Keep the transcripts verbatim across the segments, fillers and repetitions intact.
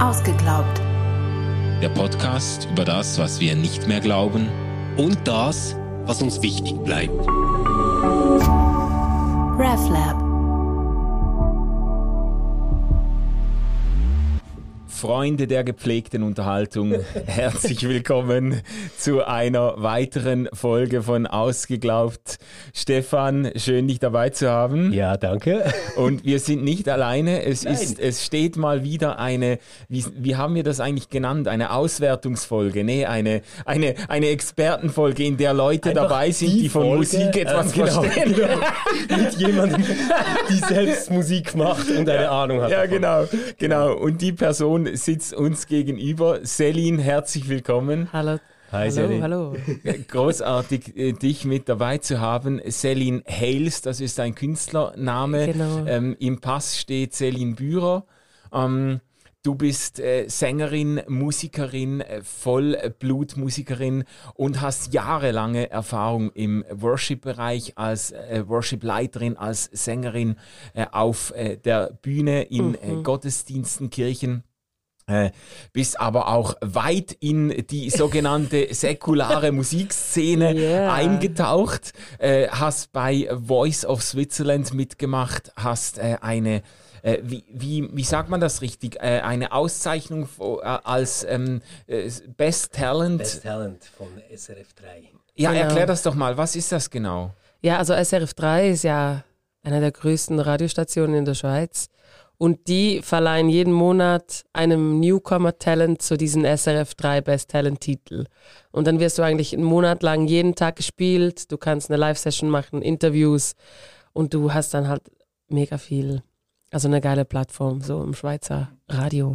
Ausgeglaubt. Der Podcast über das, was wir nicht mehr glauben und das, was uns wichtig bleibt. RefLab. Freunde der gepflegten Unterhaltung, herzlich willkommen zu einer weiteren Folge von Ausgeglaubt. Stefan, schön dich dabei zu haben. Ja, danke. Und wir sind nicht alleine, es, Nein. ist, es steht mal wieder eine, wie, wie haben wir das eigentlich genannt, eine Auswertungsfolge, nee, eine, eine, eine Expertenfolge, in der Leute Einfach dabei sind, die die von Folge, Musik etwas äh, genau, verstehen. Genau. Mit jemandem, die selbst Musik macht und eine ja, Ahnung hat. Ja, davon. genau, genau. Und die Person sitzt uns gegenüber. Selin, herzlich willkommen. Hallo. Hi, hallo, Selin. hallo. Großartig, äh, dich mit dabei zu haben. Selin Hales, das ist dein Künstlername. Genau. Ähm, Im Pass steht Selin Bührer. Ähm, du bist äh, Sängerin, Musikerin, äh, Vollblutmusikerin und hast jahrelange Erfahrung im Worship-Bereich als äh, Worship-Leiterin, als Sängerin äh, auf äh, der Bühne in Mhm. äh, Gottesdiensten, Kirchen. Äh, bist aber auch weit in die sogenannte säkulare Musikszene Yeah. eingetaucht, äh, hast bei Voice of Switzerland mitgemacht, hast äh, eine, äh, wie, wie, wie sagt man das richtig, äh, eine Auszeichnung vo- äh, als ähm, äh, Best Talent. Best Talent von S R F drei. Ja, Genau. erklär das doch mal, was ist das genau? Ja, also S R F drei ist ja eine der größten Radiostationen in der Schweiz. Und die verleihen jeden Monat einem Newcomer-Talent zu diesen S R F drei Best Talent-Titel. Und dann wirst du eigentlich einen Monat lang jeden Tag gespielt. Du kannst eine Live-Session machen, Interviews. Und du hast dann halt mega viel, also eine geile Plattform, so im Schweizer Radio.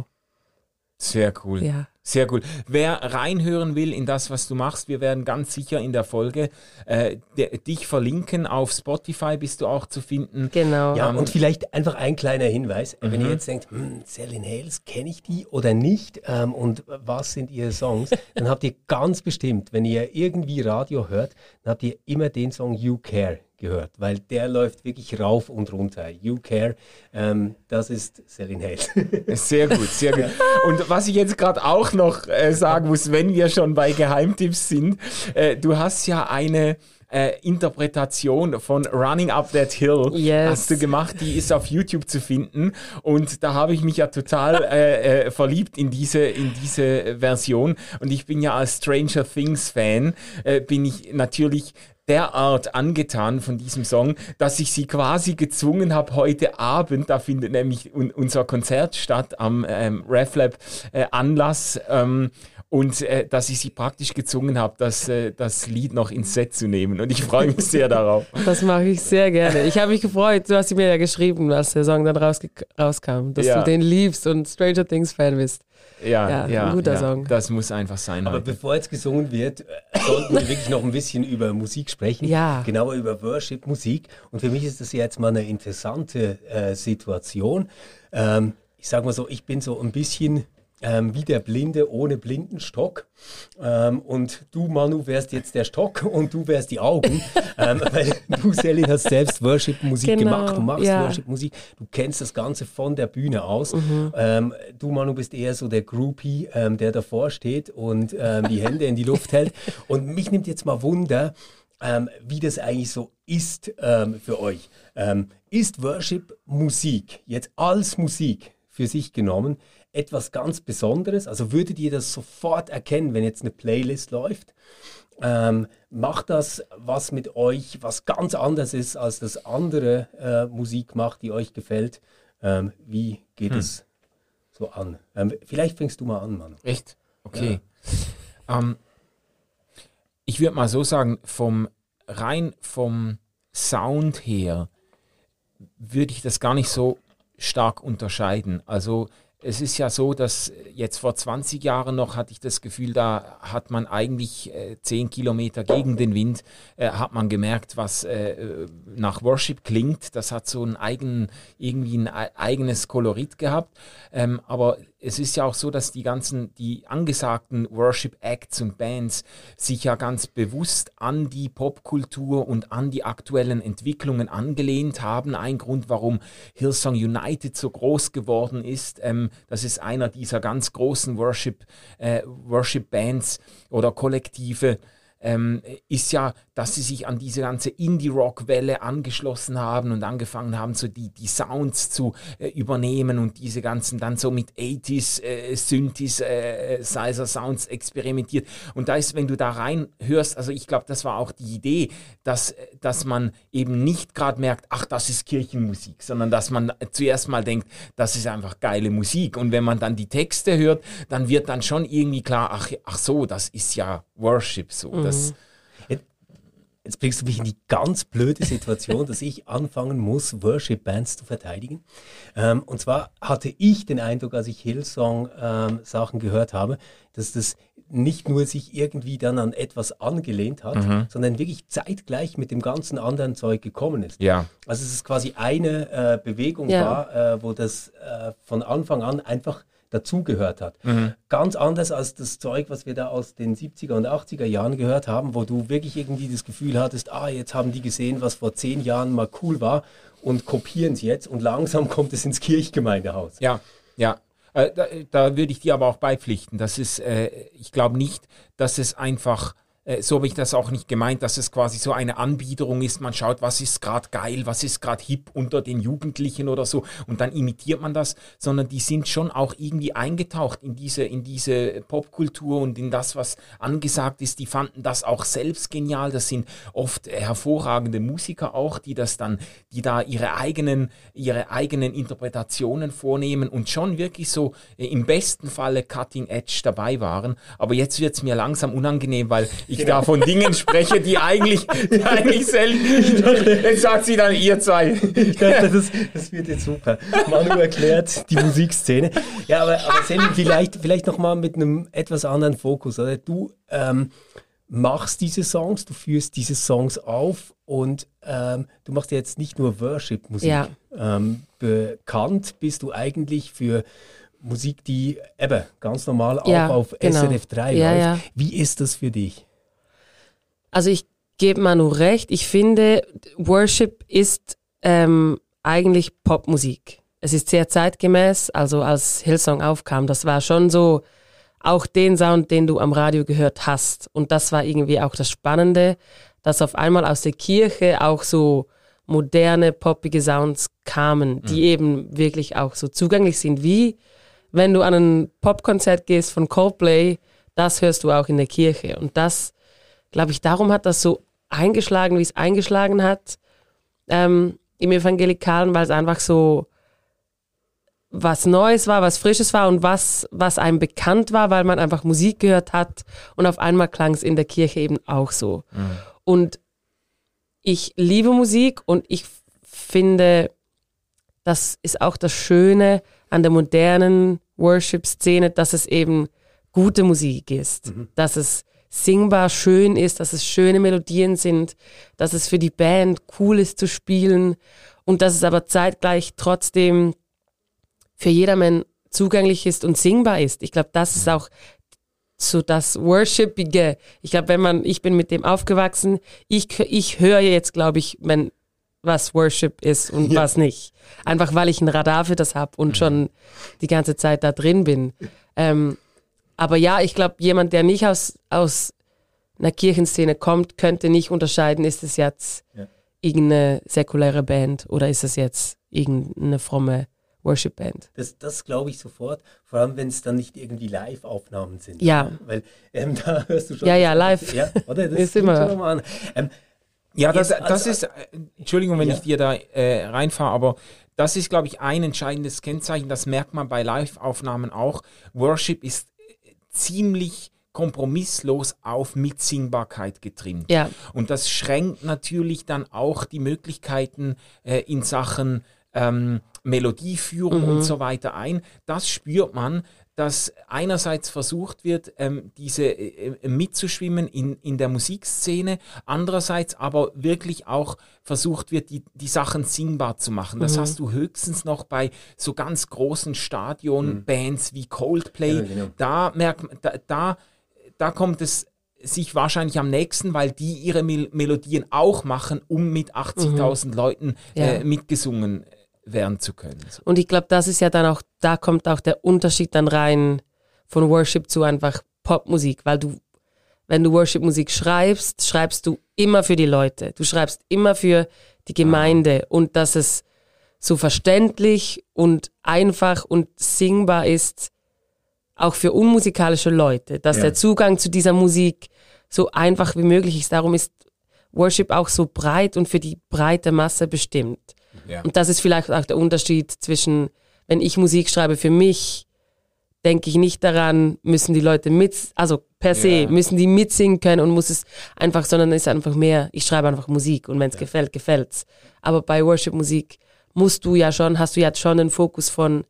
Sehr cool. Ja. Sehr cool. Wer reinhören will in das, was du machst, wir werden ganz sicher in der Folge äh, de- dich verlinken. Auf Spotify bist du auch zu finden. Genau. Ja, Ähm, und vielleicht einfach ein kleiner Hinweis. Wenn Mhm. ihr jetzt denkt, hm, Selin Hales, kenne ich die oder nicht? Ähm, und was sind ihre Songs? Dann habt ihr ganz bestimmt, wenn ihr irgendwie Radio hört, dann habt ihr immer den Song You Care gehört, weil der läuft wirklich rauf und runter. You Care, ähm, das ist Selin Hales. Sehr gut, sehr gut. Und was ich jetzt gerade auch noch äh, sagen muss, wenn wir schon bei Geheimtipps sind, äh, du hast ja eine äh, Interpretation von Running Up That Hill Yes. hast du gemacht, die ist auf YouTube zu finden und da habe ich mich ja total äh, äh, verliebt in diese, in diese Version und ich bin ja als Stranger Things Fan, äh, bin ich natürlich derart angetan von diesem Song, dass ich sie quasi gezwungen habe, heute Abend, da findet nämlich un- unser Konzert statt am ähm, RefLab äh, Anlass ähm, und äh, dass ich sie praktisch gezwungen habe, das, äh, das Lied noch ins Set zu nehmen und ich freue mich sehr darauf. Das mache ich sehr gerne. Ich habe mich gefreut, du hast mir ja geschrieben, als der Song dann rausge- rauskam, dass Ja. du den liebst und Stranger Things Fan bist. Ja, Ja, ja, ein guter ja, Song. das muss einfach sein Aber heute. bevor jetzt gesungen wird, äh, sollten wir wirklich noch ein bisschen über Musik sprechen. Ja. Genauer über Worship-Musik. Und für mich ist das jetzt mal eine interessante äh, Situation. Ähm, ich sag mal so, ich bin so ein bisschen ähm, wie der Blinde ohne Blindenstock. Ähm, und du, Manu, wärst jetzt der Stock und du wärst die Augen. ähm, weil du, Selin, hast selbst Worship-Musik Genau, gemacht. Du machst ja. Worship-Musik. Du kennst das Ganze von der Bühne aus. Ähm, du, Manu, bist eher so der Groupie, ähm, der davor steht und ähm, die Hände in die Luft hält. Und mich nimmt jetzt mal Wunder, ähm, wie das eigentlich so ist ähm, für euch. Ähm, ist Worship-Musik jetzt als Musik für sich genommen etwas ganz Besonderes? Also würdet ihr das sofort erkennen, wenn jetzt eine Playlist läuft? Ähm, macht das was mit euch, was ganz anders ist, als das andere äh, Musik macht, die euch gefällt? Ähm, wie geht Hm. es so an? Ähm, vielleicht fängst du mal an, Mann. Echt? Okay. Ähm, ich würde mal so sagen, vom rein vom Sound her würde ich das gar nicht so stark unterscheiden. Also es ist ja so, dass jetzt vor zwanzig Jahren noch hatte ich das Gefühl, da hat man eigentlich äh, zehn Kilometer gegen den Wind, äh, hat man gemerkt, was äh, nach Worship klingt. Das hat so einen eigenen, irgendwie ein e- eigenes Kolorit gehabt. Ähm, aber es ist ja auch so, dass die ganzen, die angesagten Worship-Acts und Bands sich ja ganz bewusst an die Popkultur und an die aktuellen Entwicklungen angelehnt haben. Ein Grund, warum Hillsong United so groß geworden ist, ähm, ähm, das ist einer dieser ganz großen Worship, äh, Worship-Bands oder Kollektive, ähm, ist ja, dass sie sich an diese ganze Indie-Rock-Welle angeschlossen haben und angefangen haben, so die, die Sounds zu äh, übernehmen und diese ganzen dann so mit achtziger äh, Synthesizer-Sounds experimentiert. Und da ist, wenn du da reinhörst, also ich glaube, das war auch die Idee, dass, dass man eben nicht gerade merkt, ach, das ist Kirchenmusik, sondern dass man zuerst mal denkt, das ist einfach geile Musik. Und wenn man dann die Texte hört, dann wird dann schon irgendwie klar, ach, ach so, das ist ja Worship so. Mhm. Das, Jetzt bringst du mich in die ganz blöde Situation, dass ich anfangen muss, Worship-Bands zu verteidigen. Ähm, und zwar hatte ich den Eindruck, als ich Hillsong-Sachen ähm, gehört habe, dass das nicht nur sich irgendwie dann an etwas angelehnt hat, mhm. sondern wirklich zeitgleich mit dem ganzen anderen Zeug gekommen ist. Ja. Also es ist quasi eine äh, Bewegung ja. war, äh, wo das äh, von Anfang an einfach dazugehört hat. Mhm. Ganz anders als das Zeug, was wir da aus den siebziger und achtziger Jahren gehört haben, wo du wirklich irgendwie das Gefühl hattest, ah, jetzt haben die gesehen, was vor zehn Jahren mal cool war und kopieren es jetzt und langsam kommt es ins Kirchgemeindehaus. Ja, ja. Äh, da, da würde ich dir aber auch beipflichten. Das ist, äh, ich glaube nicht, dass es einfach so habe ich das auch nicht gemeint, dass es quasi so eine Anbiederung ist. Man schaut, was ist gerade geil, was ist gerade hip unter den Jugendlichen oder so und dann imitiert man das, sondern die sind schon auch irgendwie eingetaucht in diese, in diese Popkultur und in das, was angesagt ist. Die fanden das auch selbst genial. Das sind oft hervorragende Musiker auch, die das dann, die da ihre eigenen, ihre eigenen Interpretationen vornehmen und schon wirklich so im besten Falle Cutting Edge dabei waren. Aber jetzt wird es mir langsam unangenehm, weil ich ich da von Dingen spreche, die eigentlich, die eigentlich selten. Jetzt sagt sie dann, ihr zwei. Ich dachte, das, das wird jetzt super. Manu erklärt die Musikszene. Ja, aber, aber Sammy, vielleicht, vielleicht nochmal mit einem etwas anderen Fokus. Oder? Du ähm, machst diese Songs, du führst diese Songs auf und ähm, du machst jetzt nicht nur Worship-Musik. Ja. Ähm, bekannt bist du eigentlich für Musik, die eben ganz normal auch ja, auf genau. S R F drei ja, läuft. Ja. Wie ist das für dich? Also ich gebe Manu recht, ich finde, Worship ist ähm, eigentlich Popmusik. Es ist sehr zeitgemäß, also als Hillsong aufkam, das war schon so auch den Sound, den du am Radio gehört hast. Und das war irgendwie auch das Spannende, dass auf einmal aus der Kirche auch so moderne, poppige Sounds kamen, die mhm. eben wirklich auch so zugänglich sind, wie wenn du an ein Popkonzert gehst von Coldplay, das hörst du auch in der Kirche. Und das, glaube ich, darum hat das so eingeschlagen, wie es eingeschlagen hat ähm, im Evangelikalen, weil es einfach so was Neues war, was Frisches war und was, was einem bekannt war, weil man einfach Musik gehört hat und auf einmal klang es in der Kirche eben auch so. Mhm. Und ich liebe Musik und ich finde, das ist auch das Schöne an der modernen Worship-Szene, dass es eben gute Musik ist, mhm. dass es singbar schön ist, dass es schöne Melodien sind, dass es für die Band cool ist zu spielen und dass es aber zeitgleich trotzdem für jedermann zugänglich ist und singbar ist. Ich glaube, das ist auch so das Worshipige. Ich glaube, wenn man, ich bin mit dem aufgewachsen, ich, ich höre jetzt, glaube ich, wenn was Worship ist und ja. was nicht. Einfach, weil ich ein Radar für das habe und schon die ganze Zeit da drin bin. Ähm, aber ja, ich glaube, jemand, der nicht aus, aus einer Kirchenszene kommt, könnte nicht unterscheiden, ist es jetzt ja. irgendeine säkuläre Band oder ist es jetzt irgendeine fromme Worship-Band. Das, das glaube ich sofort, vor allem wenn es dann nicht irgendwie Live-Aufnahmen sind. Ja. Weil ähm, da hörst du schon... Ja, ja, live. Ja, oder? Das ist immer... Schon mal an. Ähm, ja, das, das also, ist, äh, Entschuldigung, wenn ja. ich dir da äh, reinfahre, aber das ist, glaube ich, ein entscheidendes Kennzeichen, das merkt man bei Live-Aufnahmen auch. Worship ist ziemlich kompromisslos auf Mitsingbarkeit getrimmt. Ja. Und das schränkt natürlich dann auch die Möglichkeiten äh, in Sachen ähm, Melodieführung mhm. und so weiter ein. Das spürt man, dass einerseits versucht wird, ähm, diese äh, mitzuschwimmen in, in der Musikszene, andererseits aber wirklich auch versucht wird, die, die Sachen singbar zu machen. Das mhm. hast du höchstens noch bei so ganz großen Stadionbands mhm. wie Coldplay. Ja, genau. Da merkt man, da, da, da kommt es sich wahrscheinlich am nächsten, weil die ihre Mel- Melodien auch machen, um mit achtzigtausend mhm. Leuten äh, ja. mitgesungen werden zu können. So. Und ich glaube, das ist ja dann auch, da kommt auch der Unterschied dann rein von Worship zu einfach Popmusik, weil du, wenn du Worship-Musik schreibst, schreibst du immer für die Leute. Du schreibst immer für die Gemeinde und dass es so verständlich und einfach und singbar ist, auch für unmusikalische Leute, dass ja. der Zugang zu dieser Musik so einfach wie möglich ist. Darum ist Worship auch so breit und für die breite Masse bestimmt. Ja. Und das ist vielleicht auch der Unterschied zwischen, wenn ich Musik schreibe für mich, denke ich nicht daran, müssen die Leute mit, also per se, ja. müssen die mitsingen können und muss es einfach, sondern es ist einfach mehr, ich schreibe einfach Musik und wenn es ja. gefällt, gefällt's. Aber bei Worship-Musik musst du ja schon, hast du ja schon den Fokus von,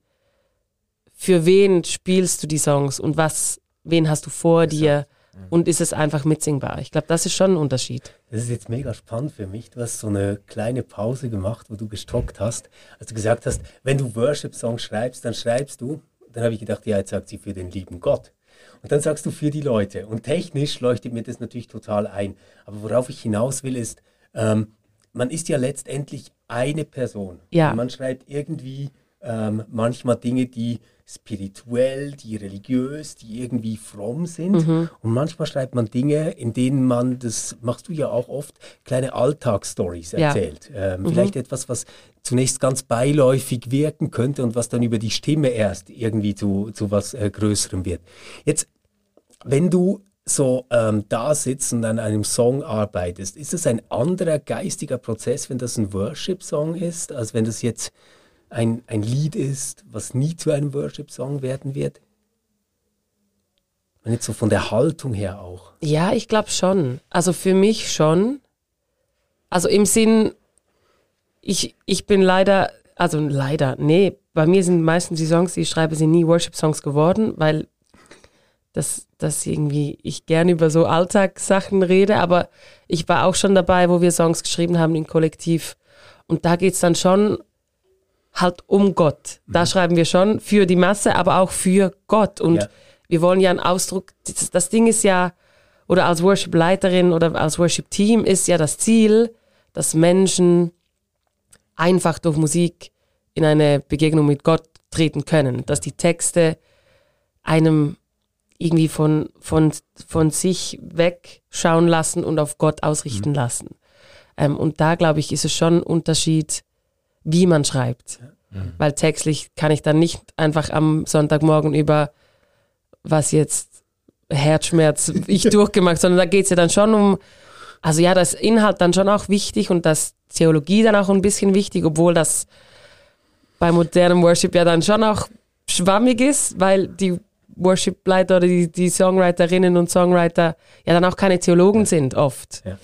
für wen spielst du die Songs und was, wen hast du vor das dir ja. und ist es einfach mitsingbar? Ich glaube, das ist schon ein Unterschied. Das ist jetzt mega spannend für mich. Du hast so eine kleine Pause gemacht, wo du gestockt hast, als du gesagt hast, wenn du Worship-Songs schreibst, dann schreibst du, dann habe ich gedacht, ja, jetzt sagt sie für den lieben Gott. Und dann sagst du für die Leute. Und technisch leuchtet mir das natürlich total ein. Aber worauf ich hinaus will, ist, ähm, man ist ja letztendlich eine Person. Ja. Und man schreibt irgendwie ähm, manchmal Dinge, die spirituell, die religiös, die irgendwie fromm sind. Mhm. Und manchmal schreibt man Dinge, in denen man, das machst du ja auch oft, kleine Alltagsstories erzählt. Ja. Ähm, mhm. Vielleicht etwas, was zunächst ganz beiläufig wirken könnte und was dann über die Stimme erst irgendwie zu, zu was äh, Größerem wird. Jetzt, wenn du so ähm, da sitzt und an einem Song arbeitest, ist es ein anderer geistiger Prozess, wenn das ein Worship-Song ist, als wenn das jetzt ein, ein Lied ist, was nie zu einem Worship-Song werden wird? Und jetzt so von der Haltung her auch. Ja, ich glaube schon. Also für mich schon. Also im Sinn, ich, ich bin leider, also leider, nee, bei mir sind meistens die Songs, die ich schreibe, sind nie Worship-Songs geworden, weil das, das irgendwie, ich gerne über so Alltagssachen rede, aber ich war auch schon dabei, wo wir Songs geschrieben haben im Kollektiv und da geht es dann schon halt um Gott. Da mhm. schreiben wir schon für die Masse, aber auch für Gott. Und ja. wir wollen ja einen Ausdruck, das, das Ding ist ja, oder als Worship-Leiterin oder als Worship-Team ist ja das Ziel, dass Menschen einfach durch Musik in eine Begegnung mit Gott treten können. Dass die Texte einem irgendwie von, von, von sich wegschauen lassen und auf Gott ausrichten mhm. lassen. Ähm, und da, glaube ich, ist es schon ein Unterschied, wie man schreibt. Mhm. Weil textlich kann ich dann nicht einfach am Sonntagmorgen über was jetzt Herzschmerz ich durchgemacht, sondern da geht es ja dann schon um, also ja, das Inhalt dann schon auch wichtig und das Theologie dann auch ein bisschen wichtig, obwohl das bei modernem Worship ja dann schon auch schwammig ist, weil die Worship-Leiter oder die, die Songwriterinnen und Songwriter ja dann auch keine Theologen ja. sind oft. Ja.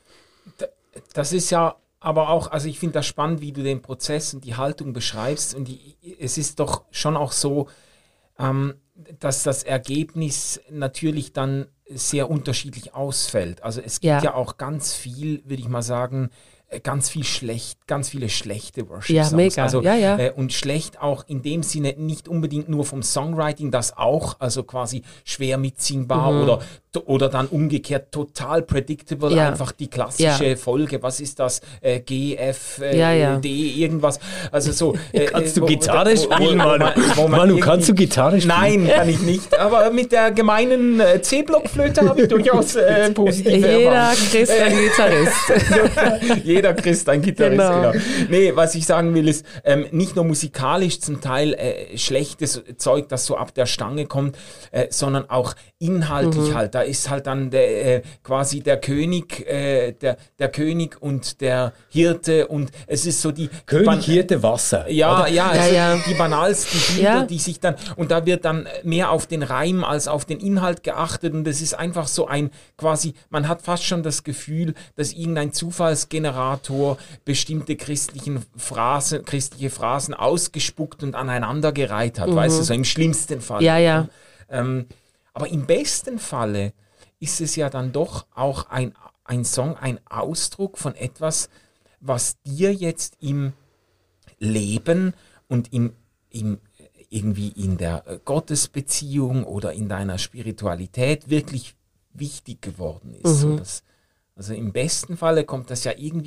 Das ist ja aber auch, also ich finde das spannend, wie du den Prozess und die Haltung beschreibst und die, es ist doch schon auch so, ähm, dass das Ergebnis natürlich dann sehr unterschiedlich ausfällt. Also es gibt ja, ja auch ganz viel, würde ich mal sagen, ganz viel schlecht, ganz viele schlechte Worship-Songs. Ja, mega. Also, ja, ja. Äh, und schlecht auch in dem Sinne nicht unbedingt nur vom Songwriting, das auch, also quasi schwer mitsingbar mhm. oder, oder dann umgekehrt total predictable, ja. einfach die klassische ja. Folge, was ist das, äh, G, F, äh, ja, ja. D, irgendwas, also so. Äh, kannst du wo, Gitarre spielen, Manu? Manu, kannst du Gitarre spielen? Nein, kann ich nicht, aber mit der gemeinen äh, C-Block-Flöte habe ich durchaus äh, positive Jeder Erfahrung. Christ ein Gitarrist. Jeder Christ ein Gitarrist, genau. genau. Nee, was ich sagen will, ist, ähm, nicht nur musikalisch zum Teil äh, schlechtes Zeug, das so ab der Stange kommt, äh, sondern auch inhaltlich mhm. halt. Da ist halt dann der, äh, quasi der König, äh, der, der König und der Hirte und es ist so die... König, Ban- Hirte, Wasser. Ja, ja, ja, also ja. die banalsten Bilder, ja. die sich dann... Und da wird dann mehr auf den Reim als auf den Inhalt geachtet und es ist einfach so ein quasi, man hat fast schon das Gefühl, dass irgendein Zufallsgenerator bestimmte christlichen Phrasen, christliche Phrasen ausgespuckt und aneinandergereiht hat, mhm. weißt du, so im schlimmsten Fall. Ja, ja. Ähm, aber im besten Falle ist es ja dann doch auch ein, ein Song, ein Ausdruck von etwas, was dir jetzt im Leben und im, im irgendwie in der Gottesbeziehung oder in deiner Spiritualität wirklich wichtig geworden ist. Mhm. So dass, also im besten Falle kommt das ja irgendwie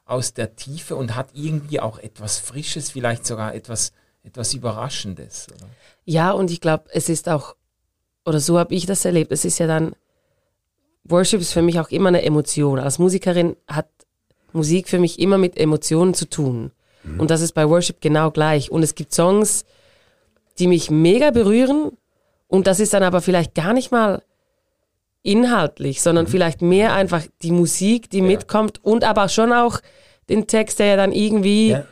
aus der Tiefe und hat irgendwie auch etwas Frisches, vielleicht sogar etwas, etwas Überraschendes. Oder? Ja, und ich glaube, es ist auch, oder so habe ich das erlebt, es ist ja dann, Worship ist für mich auch immer eine Emotion. Als Musikerin hat Musik für mich immer mit Emotionen zu tun. Mhm. Und das ist bei Worship genau gleich. Und es gibt Songs, die mich mega berühren und das ist dann aber vielleicht gar nicht mal inhaltlich, sondern mhm. vielleicht mehr einfach die Musik, die ja. mitkommt und aber schon auch den Text, der ja dann irgendwie ja.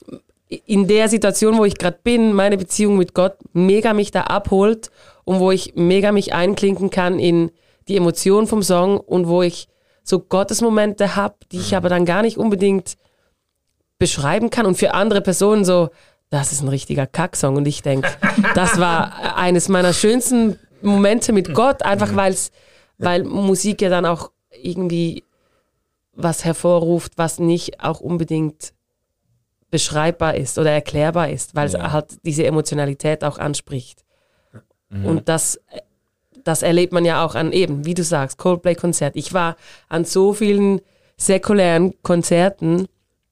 in der Situation, wo ich gerade bin, meine Beziehung mit Gott mega mich da abholt und wo ich mega mich einklinken kann in die Emotionen vom Song und wo ich so Gottesmomente habe, die ich aber dann gar nicht unbedingt beschreiben kann und für andere Personen so, das ist ein richtiger Kacksong und ich denke, das war eines meiner schönsten Momente mit Gott, einfach weil's, weil Musik ja dann auch irgendwie was hervorruft, was nicht auch unbedingt beschreibbar ist oder erklärbar ist, weil es ja. halt diese Emotionalität auch anspricht. Mhm. Und das, das erlebt man ja auch an eben, wie du sagst, Coldplay-Konzert. Ich war an so vielen säkulären Konzerten,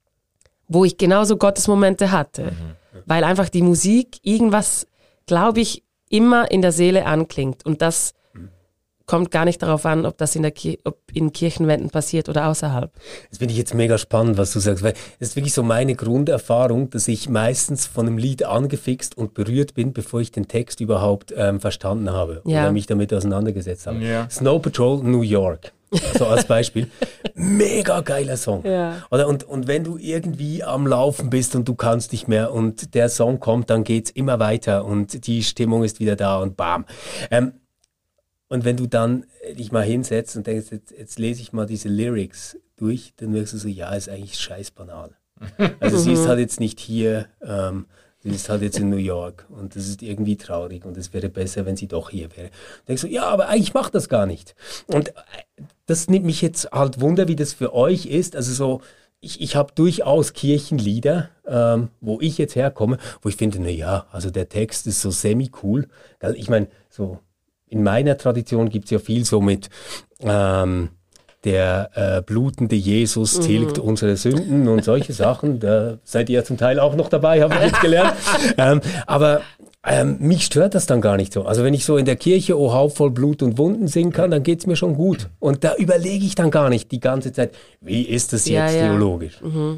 wo ich genauso Gottesmomente hatte, mhm. weil einfach die Musik irgendwas, glaube ich, immer in der Seele anklingt und das kommt gar nicht darauf an, ob das in der Ki- ob in Kirchenwänden passiert oder außerhalb. Das finde ich jetzt mega spannend, was du sagst, weil das ist wirklich so meine Grunderfahrung, dass ich meistens von einem Lied angefixt und berührt bin, bevor ich den Text überhaupt ähm, verstanden habe ja. oder mich damit auseinandergesetzt habe. Ja. Snow Patrol New York, also als Beispiel. Mega geiler Song. Ja. Oder, und, und wenn du irgendwie am Laufen bist und du kannst nicht mehr und der Song kommt, dann geht's immer weiter und die Stimmung ist wieder da und bam. Ähm, Und wenn du dann dich mal hinsetzt und denkst, jetzt, jetzt lese ich mal diese Lyrics durch, dann merkst du so, ja, ist eigentlich scheiß banal. Also sie ist halt jetzt nicht hier, ähm, sie ist halt jetzt in New York und das ist irgendwie traurig und es wäre besser, wenn sie doch hier wäre. Und denkst du, ja, aber eigentlich macht das gar nicht. Und das nimmt mich jetzt halt Wunder, wie das für euch ist. Also so, ich, ich habe durchaus Kirchenlieder, ähm, wo ich jetzt herkomme, wo ich finde, na ja, also der Text ist so semi-cool. Ich meine, so in meiner Tradition gibt es ja viel so mit ähm, der äh, blutende Jesus tilgt mhm. unsere Sünden und solche Sachen. Da seid ihr ja zum Teil auch noch dabei, habe ich jetzt gelernt. ähm, aber ähm, mich stört das dann gar nicht so. Also wenn ich so in der Kirche O Haupt voll Blut und Wunden singen kann, dann geht's mir schon gut. Und da überlege ich dann gar nicht die ganze Zeit, wie ist das ja, jetzt ja. theologisch? Mhm.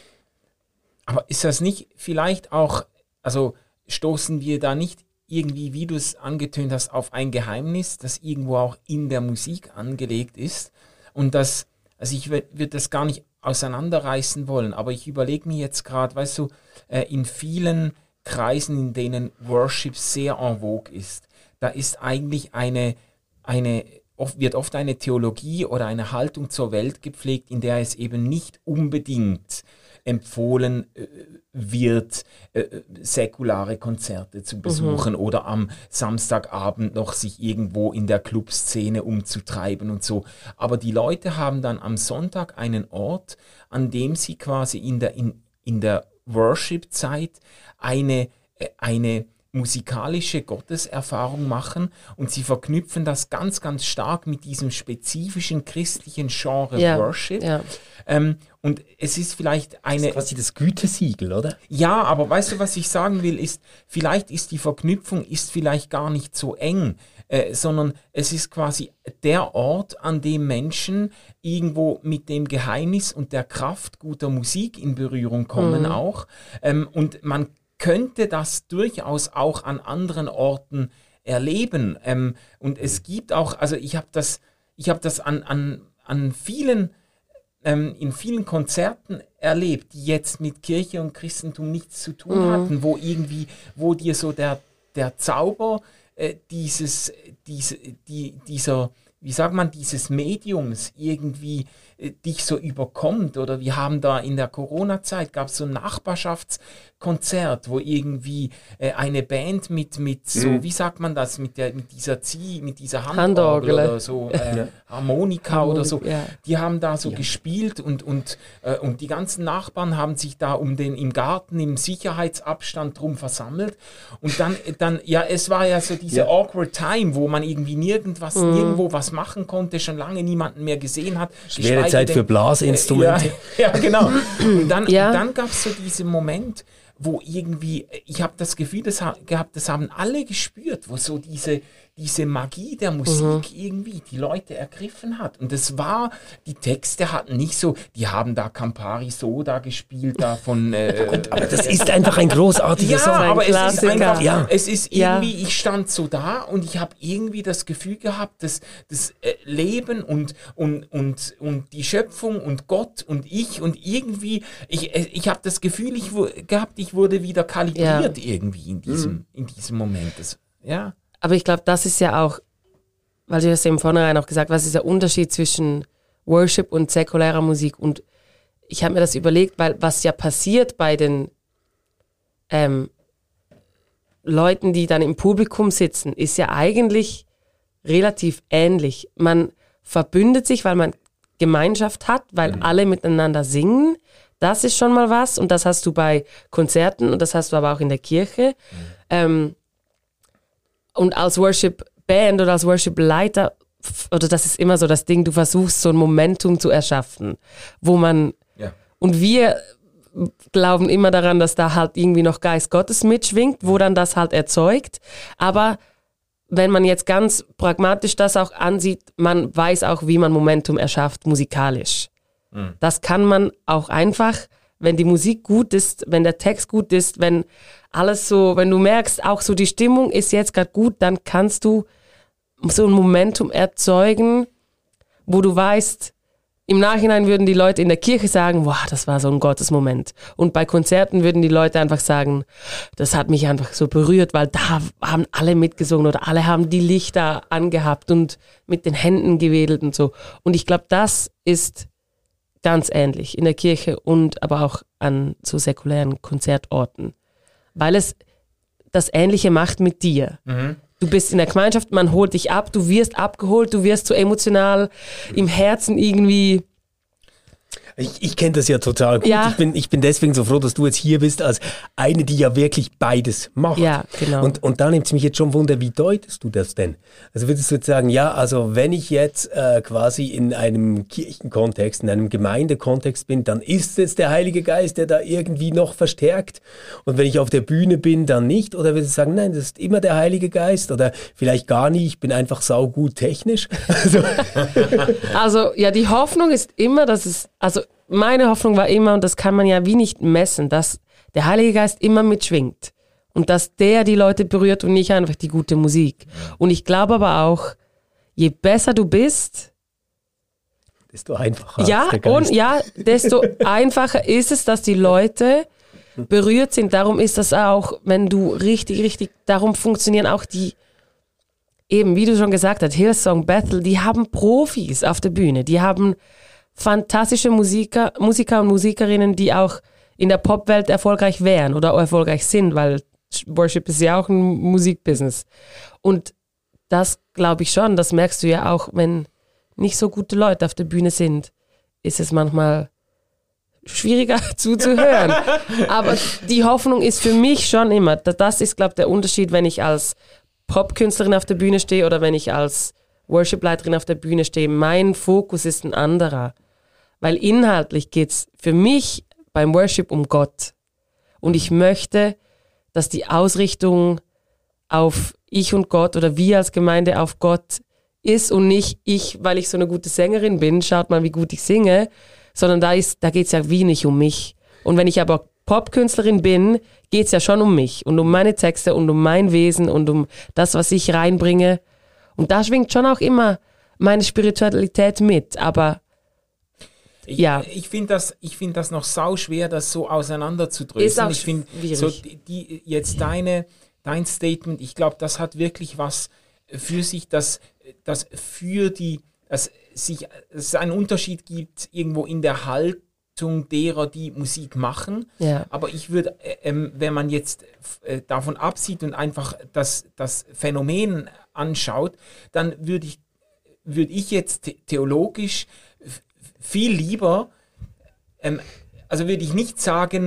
Aber ist das nicht vielleicht auch, also stoßen wir da nicht irgendwie, wie du es angetönt hast, auf ein Geheimnis, das irgendwo auch in der Musik angelegt ist und das, also ich würde das gar nicht auseinanderreißen wollen, aber ich überlege mir jetzt gerade, weißt du, äh, in vielen Kreisen, in denen Worship sehr en vogue ist, da ist eigentlich eine, eine oft, wird oft eine Theologie oder eine Haltung zur Welt gepflegt, in der es eben nicht unbedingt empfohlen äh, wird, äh, säkulare Konzerte zu besuchen mhm. oder am Samstagabend noch sich irgendwo in der Clubszene umzutreiben und so. Aber die Leute haben dann am Sonntag einen Ort, an dem sie quasi in der, in, in der Worship-Zeit eine, äh, eine musikalische Gotteserfahrung machen und sie verknüpfen das ganz, ganz stark mit diesem spezifischen christlichen Genre ja, Worship. Ja. Ähm, und es ist vielleicht eine... Das ist quasi das Gütesiegel, oder? Ja, aber weißt du, was ich sagen will, ist, vielleicht ist die Verknüpfung ist vielleicht gar nicht so eng, äh, sondern es ist quasi der Ort, an dem Menschen irgendwo mit dem Geheimnis und der Kraft guter Musik in Berührung kommen mhm. auch. Ähm, und man könnte das durchaus auch an anderen Orten erleben. Ähm, und es gibt auch, also ich habe das, ich habe das an, an, an vielen, ähm, in vielen Konzerten erlebt, die jetzt mit Kirche und Christentum nichts zu tun mhm. hatten, wo irgendwie, wo dir so der, der Zauber äh, dieses, diese, die, dieser, wie sagt man, dieses Mediums irgendwie äh, dich so überkommt. Oder wir haben da in der Corona-Zeit, gab es so ein Nachbarschaftskonzert, wo irgendwie äh, eine Band mit, mit so, mhm. wie sagt man das, mit, der, mit dieser Zieh, mit dieser Handorgel oder so, äh, ja. Harmonika Harmonik, oder so, ja. die haben da so ja. gespielt und, und, äh, und die ganzen Nachbarn haben sich da um den, im Garten im Sicherheitsabstand drum versammelt und dann, dann ja, es war ja so diese ja. awkward time, wo man irgendwie nirgendwas, mhm. nirgendwo was machen konnte, schon lange niemanden mehr gesehen hat. Schwere Zeit denn, für Blasinstrumente. Äh, ja, ja, genau. Und dann, ja. dann gab es so diesen Moment, wo irgendwie, ich habe das Gefühl das ha- gehabt, das haben alle gespürt, wo so diese, diese Magie der Musik mhm. irgendwie die Leute ergriffen hat. Und das war, die Texte hatten nicht so, die haben da Campari Soda gespielt, da von... Äh, Und, aber das ist einfach ein großartiger ja, Song. aber es ist einfach, ja. es ist Ja. irgendwie, ich stand so da und ich habe irgendwie das Gefühl gehabt, dass das äh, Leben und, und, und, und die Schöpfung und Gott und ich und irgendwie, ich, äh, ich habe das Gefühl, ich wu- gehabt, ich wurde wieder kalibriert Ja. irgendwie in diesem, mhm. in diesem Moment. Das, ja. Aber ich glaube, das ist ja auch, weil du hast ja im Vornherein auch gesagt, was ist der Unterschied zwischen Worship und säkulärer Musik? Und ich habe mir das überlegt, weil was ja passiert bei den ähm, Leuten, die dann im Publikum sitzen, ist ja eigentlich relativ ähnlich. Man verbündet sich, weil man Gemeinschaft hat, weil mhm. alle miteinander singen. Das ist schon mal was und das hast du bei Konzerten und das hast du aber auch in der Kirche. Mhm. Ähm, und als Worship-Band oder als Worship-Leiter, oder das ist immer so das Ding, du versuchst so ein Momentum zu erschaffen, wo man, Ja. und wir glauben immer daran, dass da halt irgendwie noch Geist Gottes mitschwingt, wo dann das halt erzeugt, aber wenn man jetzt ganz pragmatisch das auch ansieht, man weiß auch, wie man Momentum erschafft musikalisch. Mhm. Das kann man auch einfach, wenn die Musik gut ist, wenn der Text gut ist, wenn alles so, wenn du merkst, auch so die Stimmung ist jetzt gerade gut, dann kannst du so ein Momentum erzeugen, wo du weißt, im Nachhinein würden die Leute in der Kirche sagen, wow, das war so ein Gottesmoment. Und bei Konzerten würden die Leute einfach sagen, das hat mich einfach so berührt, weil da haben alle mitgesungen oder alle haben die Lichter angehabt und mit den Händen gewedelt und so. Und ich glaube, das ist ganz ähnlich in der Kirche und aber auch an so säkulären Konzertorten. Weil es das Ähnliche macht mit dir. Mhm. Du bist in der Gemeinschaft, man holt dich ab, du wirst abgeholt, du wirst so emotional im Herzen irgendwie. Ich, ich kenne das ja total gut. Ja. Ich bin, ich bin deswegen so froh, dass du jetzt hier bist, als eine, die ja wirklich beides macht. Ja, genau. Und, und da nimmt es mich jetzt schon Wunder, wie deutest du das denn? Also würdest du jetzt sagen, ja, also wenn ich jetzt äh, quasi in einem Kirchenkontext, in einem Gemeindekontext bin, dann ist es der Heilige Geist, der da irgendwie noch verstärkt. Und wenn ich auf der Bühne bin, dann nicht? Oder würdest du sagen, nein, das ist immer der Heilige Geist? Oder vielleicht gar nie, ich bin einfach saugut technisch? Also, also ja, die Hoffnung ist immer, dass es, also meine Hoffnung war immer, und das kann man ja wie nicht messen, dass der Heilige Geist immer mitschwingt und dass der die Leute berührt und nicht einfach die gute Musik. Und ich glaube aber auch, je besser du bist, desto einfacher. Ja, und ja, desto einfacher ist es, dass die Leute berührt sind. Darum ist das auch, wenn du richtig, richtig, darum funktionieren auch die, eben wie du schon gesagt hast, Hillsong, Bethel, die haben Profis auf der Bühne, die haben fantastische Musiker, Musiker und Musikerinnen, die auch in der Popwelt erfolgreich wären oder erfolgreich sind, weil Worship ist ja auch ein Musikbusiness. Und das glaube ich schon, das merkst du ja auch, wenn nicht so gute Leute auf der Bühne sind, ist es manchmal schwieriger zuzuhören. Aber die Hoffnung ist für mich schon immer, das ist, glaube ich, der Unterschied, wenn ich als Popkünstlerin auf der Bühne stehe oder wenn ich als Worship-Leiterin auf der Bühne stehe. Mein Fokus ist ein anderer. Weil inhaltlich geht es für mich beim Worship um Gott. Und ich möchte, dass die Ausrichtung auf ich und Gott oder wir als Gemeinde auf Gott ist und nicht ich, weil ich so eine gute Sängerin bin, schaut mal, wie gut ich singe, sondern da, ist, da geht es ja wie nicht um mich. Und wenn ich aber Popkünstlerin bin, geht es ja schon um mich und um meine Texte und um mein Wesen und um das, was ich reinbringe. Und da schwingt schon auch immer meine Spiritualität mit, aber Ich, ja. ich finde das, ich find das noch sau schwer, das so auseinanderzudrücken. Ist auch ich finde schwierig. so die, die, jetzt deine, dein Statement, ich glaube, das hat wirklich was für sich, dass, dass für die, dass sich, dass es einen Unterschied gibt irgendwo in der Haltung derer, die Musik machen. Ja. Aber ich würde, ähm, wenn man jetzt äh, davon absieht und einfach das, das Phänomen anschaut, dann würde ich, würde ich jetzt the- theologisch viel lieber, ähm, also würde ich nicht sagen,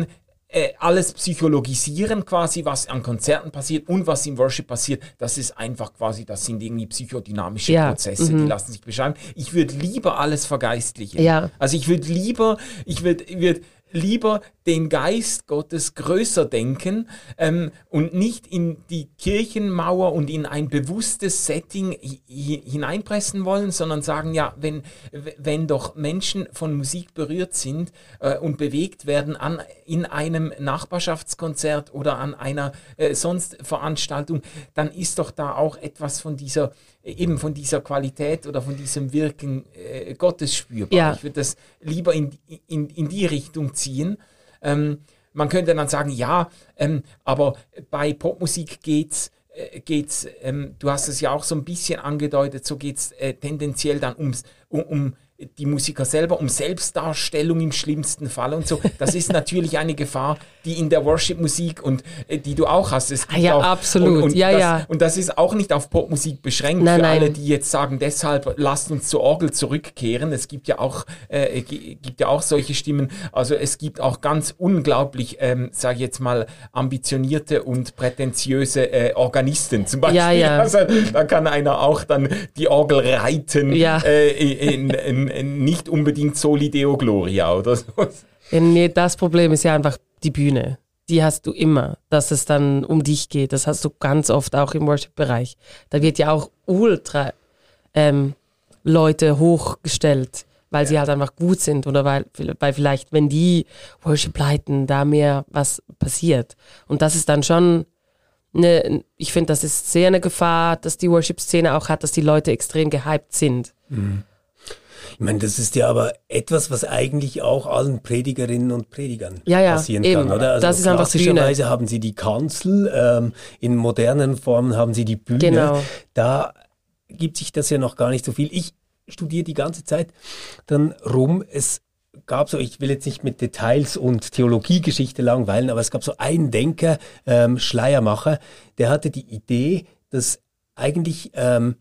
äh, alles psychologisieren quasi, was an Konzerten passiert und was im Worship passiert, das ist einfach quasi, das sind irgendwie psychodynamische ja. Prozesse, mhm. die lassen sich beschreiben. Ich würde lieber alles vergeistlichen. Ja. Also ich würde lieber, ich würde, ich würde lieber den Geist Gottes größer denken ähm, und nicht in die Kirchenmauer und in ein bewusstes Setting hi- hineinpressen wollen, sondern sagen, ja, wenn, wenn doch Menschen von Musik berührt sind äh, und bewegt werden an, in einem Nachbarschaftskonzert oder an einer äh, sonst Veranstaltung, dann ist doch da auch etwas von dieser eben von dieser Qualität oder von diesem Wirken äh, Gottes spürbar. Ja. Ich würde das lieber in, in, in die Richtung ziehen. Ähm, man könnte dann sagen, ja, ähm, aber bei Popmusik geht's, äh, geht's ähm, du hast es ja auch so ein bisschen angedeutet, so geht's äh, tendenziell dann ums, um, um die Musiker selber, um Selbstdarstellung im schlimmsten Fall und so. Das ist natürlich eine Gefahr, die in der Worship-Musik und äh, die du auch hast. Es gibt ja, auch, absolut. Und, und ja, das, ja. und das ist auch nicht auf Popmusik beschränkt Nein, für nein. alle, die jetzt sagen, deshalb lasst uns zur Orgel zurückkehren. Es gibt ja auch, äh, g- gibt ja auch solche Stimmen. Also es gibt auch ganz unglaublich, ähm, sage ich jetzt mal, ambitionierte und prätentiöse äh, Organisten zum Beispiel. Ja, ja. Also da kann einer auch dann die Orgel reiten. Ja. Äh, in, in, in nicht unbedingt Soli Deo Gloria oder so. Ja, nee, das Problem ist ja einfach die Bühne. Die hast du immer, dass es dann um dich geht. Das hast du ganz oft auch im Worship-Bereich. Da wird ja auch ultra ähm, Leute hochgestellt, weil ja. sie halt einfach gut sind oder weil, weil vielleicht, wenn die Worship leiten, da mehr was passiert. Und das ist dann schon eine, ich finde, das ist sehr eine Gefahr, dass die Worship-Szene auch hat, dass die Leute extrem gehypt sind. Mhm. Ich meine, das ist ja aber etwas, was eigentlich auch allen Predigerinnen und Predigern ja, ja, passieren eben. kann, oder? Also das ist einfach Bühne. Klassischerweise haben sie die Kanzel, ähm, in modernen Formen haben sie die Bühne. Genau. Da gibt sich das ja noch gar nicht so viel. Ich studiere die ganze Zeit dann rum. Es gab so, ich will jetzt nicht mit Details und Theologiegeschichte langweilen, aber es gab so einen Denker, ähm, Schleiermacher, der hatte die Idee, dass eigentlich ähm,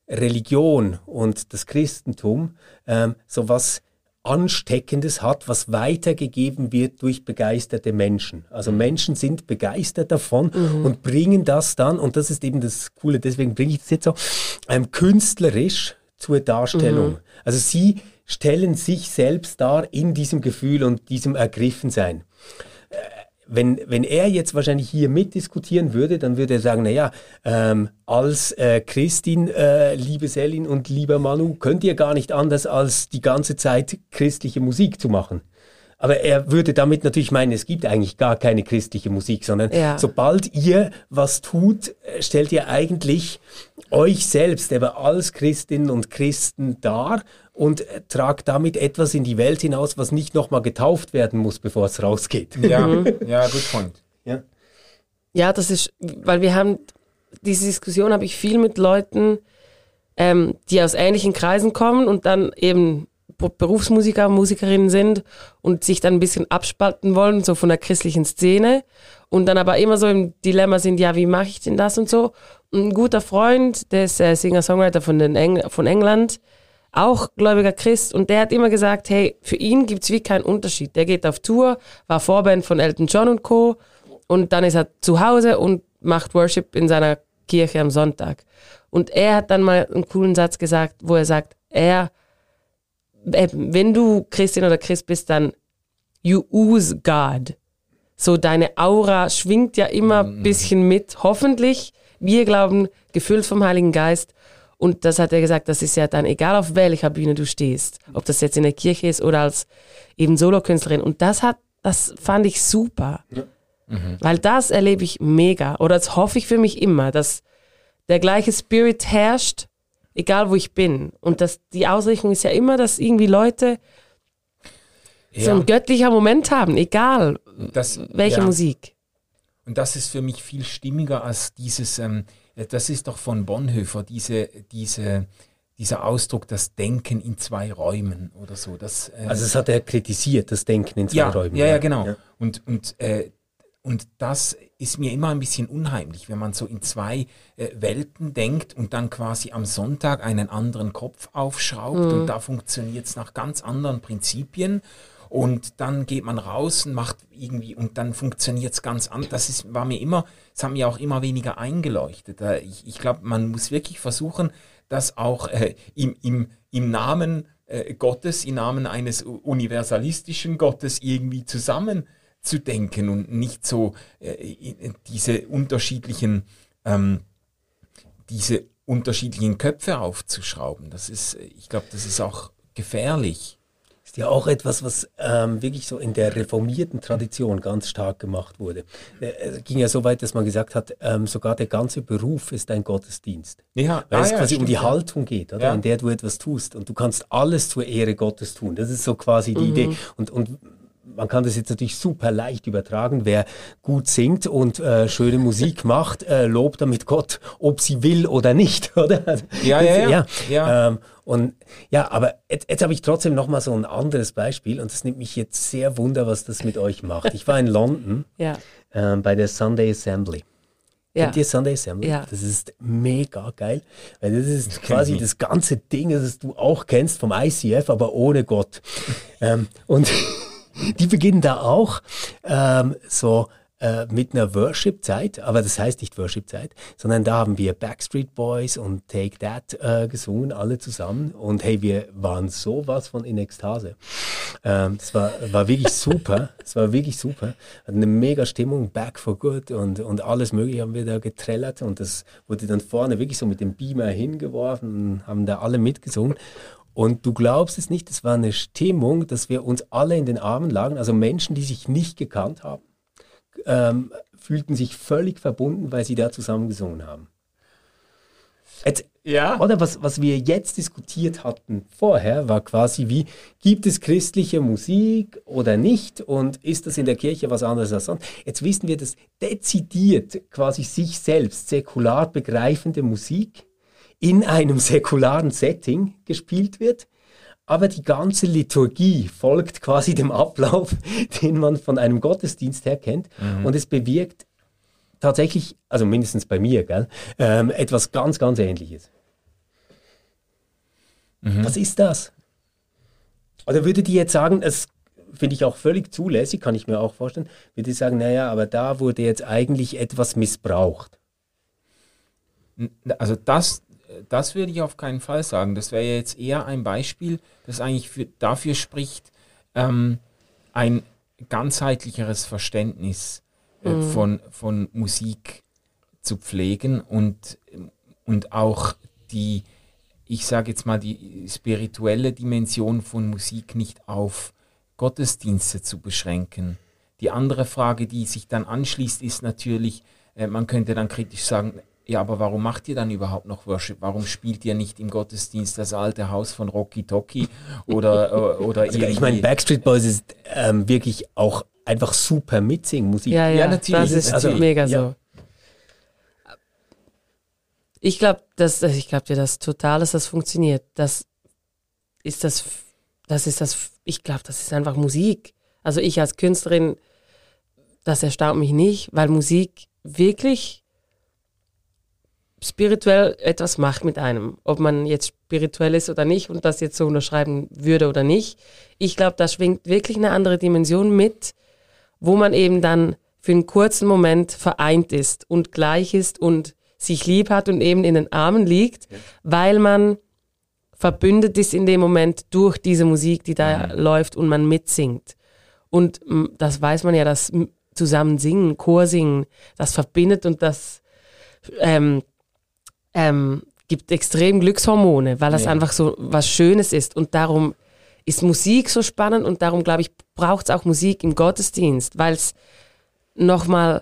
Religion und das Christentum ähm, so was Ansteckendes hat, was weitergegeben wird durch begeisterte Menschen. Also Menschen sind begeistert davon mhm. und bringen das dann, und das ist eben das Coole, deswegen bringe ich das jetzt so, ähm, künstlerisch zur Darstellung. Mhm. Also sie stellen sich selbst dar in diesem Gefühl und diesem Ergriffensein. Äh, Wenn, wenn er jetzt wahrscheinlich hier mitdiskutieren würde, dann würde er sagen, naja, ähm, als äh, Christin, äh, liebe Selin und lieber Manu, könnt ihr gar nicht anders, als die ganze Zeit christliche Musik zu machen. Aber er würde damit natürlich meinen, es gibt eigentlich gar keine christliche Musik, sondern ja. sobald ihr was tut, stellt ihr eigentlich euch selbst eben als Christinnen und Christen dar und tragt damit etwas in die Welt hinaus, was nicht nochmal getauft werden muss, bevor es rausgeht. Ja, ja, good point. Ja. Ja, das ist, weil wir haben, diese Diskussion habe ich viel mit Leuten, ähm, die aus ähnlichen Kreisen kommen und dann eben Berufsmusiker, Musikerinnen sind und sich dann ein bisschen abspalten wollen, so von der christlichen Szene und dann aber immer so im Dilemma sind, ja, wie mache ich denn das und so. Und ein guter Freund, der ist äh, Singer-Songwriter von, den Engl- von England, auch gläubiger Christ, und der hat immer gesagt, hey, für ihn gibt es wie keinen Unterschied. Der geht auf Tour, war Vorband von Elton John und Co. und dann ist er zu Hause und macht Worship in seiner Kirche am Sonntag. Und er hat dann mal einen coolen Satz gesagt, wo er sagt, er wenn du Christin oder Christ bist, dann you ooze God. So deine Aura schwingt ja immer ein bisschen mit, hoffentlich. Wir glauben, gefüllt vom Heiligen Geist. Und das hat er gesagt, das ist ja dann egal, auf welcher Bühne du stehst. Ob das jetzt in der Kirche ist oder als eben Solokünstlerin. Und das hat, das fand ich super. Ja. Mhm. Weil das erlebe ich mega. Oder das hoffe ich für mich immer, dass der gleiche Spirit herrscht, egal wo ich bin. Und das, die Ausrichtung ist ja immer, dass irgendwie Leute ja. so ein göttlicher Moment haben, egal das, welche ja. Musik. Und das ist für mich viel stimmiger als dieses, ähm, das ist doch von Bonhoeffer, diese, diese, dieser Ausdruck, das Denken in zwei Räumen oder so. Das, äh, also das hat er kritisiert, das Denken in zwei ja, Räumen. Ja, ja, genau. Ja. Und, und äh, Und das ist mir immer ein bisschen unheimlich, wenn man so in zwei äh, Welten denkt und dann quasi am Sonntag einen anderen Kopf aufschraubt mhm. und da funktioniert es nach ganz anderen Prinzipien. und dann geht man raus und macht irgendwie, und dann funktioniert es ganz anders. Das ist, war mir immer, das hat mir auch immer weniger eingeleuchtet. Ich, ich glaube, man muss wirklich versuchen, das auch äh, im, im, im Namen äh, Gottes, im Namen eines universalistischen Gottes irgendwie zusammenzudenken und nicht so äh, diese unterschiedlichen ähm, diese unterschiedlichen Köpfe aufzuschrauben. Das ist, ich glaube, das ist auch gefährlich. Ist ja auch etwas, was ähm, wirklich so in der reformierten Tradition ganz stark gemacht wurde. Es ging ja so weit, dass man gesagt hat, ähm, sogar der ganze Beruf ist ein Gottesdienst. Ja, weil ah, es ja, quasi stimmt, um die ja. Haltung geht, oder? Ja. In der du etwas tust. Und du kannst alles zur Ehre Gottes tun. Das ist so quasi die Mhm. Idee. Und, und man kann das jetzt natürlich super leicht übertragen. Wer gut singt und äh, schöne Musik macht, äh, lobt damit Gott, ob sie will oder nicht, oder? Also, Ja, ja, ja. ja. Ja. Ähm, und ja, aber jetzt, jetzt habe ich trotzdem noch mal so ein anderes Beispiel und das nimmt mich jetzt sehr wunder, was das mit euch macht. Ich war in London Ja. ähm, bei der Sunday Assembly. Ja. Kennt ihr Sunday Assembly? Ja. Das ist mega geil, weil das ist quasi das ganze Ding, das du auch kennst vom I C F, aber ohne Gott. ähm, und die beginnen da auch ähm, so äh, mit einer Worship-Zeit, aber das heißt nicht Worship-Zeit, sondern da haben wir Backstreet Boys und Take That äh, gesungen, alle zusammen. Und hey, wir waren sowas von in Ekstase. Ähm, das war, war wirklich super. Das war wirklich super. Hat eine mega Stimmung, Back for Good und, und alles Mögliche haben wir da getrellert. Und das wurde dann vorne wirklich so mit dem Beamer hingeworfen und haben da alle mitgesungen. Und du glaubst es nicht, es war eine Stimmung, dass wir uns alle in den Armen lagen, also Menschen, die sich nicht gekannt haben, ähm, fühlten sich völlig verbunden, weil sie da zusammen gesungen haben. Jetzt, Ja. oder was, was wir jetzt diskutiert hatten vorher, war quasi wie, gibt es christliche Musik oder nicht und ist das in der Kirche was anderes als sonst? Jetzt wissen wir, dass dezidiert quasi sich selbst säkular begreifende Musik in einem säkularen Setting gespielt wird, aber die ganze Liturgie folgt quasi dem Ablauf, den man von einem Gottesdienst her kennt, mhm. und es bewirkt tatsächlich, also mindestens bei mir, gell, ähm, etwas ganz, ganz Ähnliches. Mhm. Was ist das? Oder würdet ihr jetzt sagen, das finde ich auch völlig zulässig, kann ich mir auch vorstellen, würdet ihr sagen, naja, aber da wurde jetzt eigentlich etwas missbraucht? Also das Das würde ich auf keinen Fall sagen. Das wäre jetzt eher ein Beispiel, das eigentlich für, dafür spricht, ähm, ein ganzheitlicheres Verständnis äh, mhm. von, von Musik zu pflegen und, und auch die, ich sage jetzt mal, die spirituelle Dimension von Musik nicht auf Gottesdienste zu beschränken. Die andere Frage, die sich dann anschließt, ist natürlich, äh, man könnte dann kritisch sagen, ja, aber warum macht ihr dann überhaupt noch Worship? Warum spielt ihr nicht im Gottesdienst das alte Haus von Rocky Toki oder oder also, ich meine, Backstreet Boys ist ähm, wirklich auch einfach super Mitsingen-Musik. Ja, ja, ja, natürlich. Das ist also, mega ja. so. Ich glaube, dass ich glaube dir das total, dass das funktioniert. Das ist das, das ist das. Ich glaube, das ist einfach Musik. Also ich als Künstlerin, das erstaunt mich nicht, weil Musik wirklich spirituell etwas macht mit einem. Ob man jetzt spirituell ist oder nicht und das jetzt so unterschreiben würde oder nicht. Ich glaube, da schwingt wirklich eine andere Dimension mit, wo man eben dann für einen kurzen Moment vereint ist und gleich ist und sich lieb hat und eben in den Armen liegt, ja. weil man verbündet ist in dem Moment durch diese Musik, die da mhm. läuft und man mitsingt. Und das weiß man ja, das zusammen singen, Chor singen, das verbindet und das ähm, ähm, gibt extrem Glückshormone, weil das ja. einfach so was Schönes ist. Und darum ist Musik so spannend und darum, glaube ich, braucht es auch Musik im Gottesdienst, weil es nochmal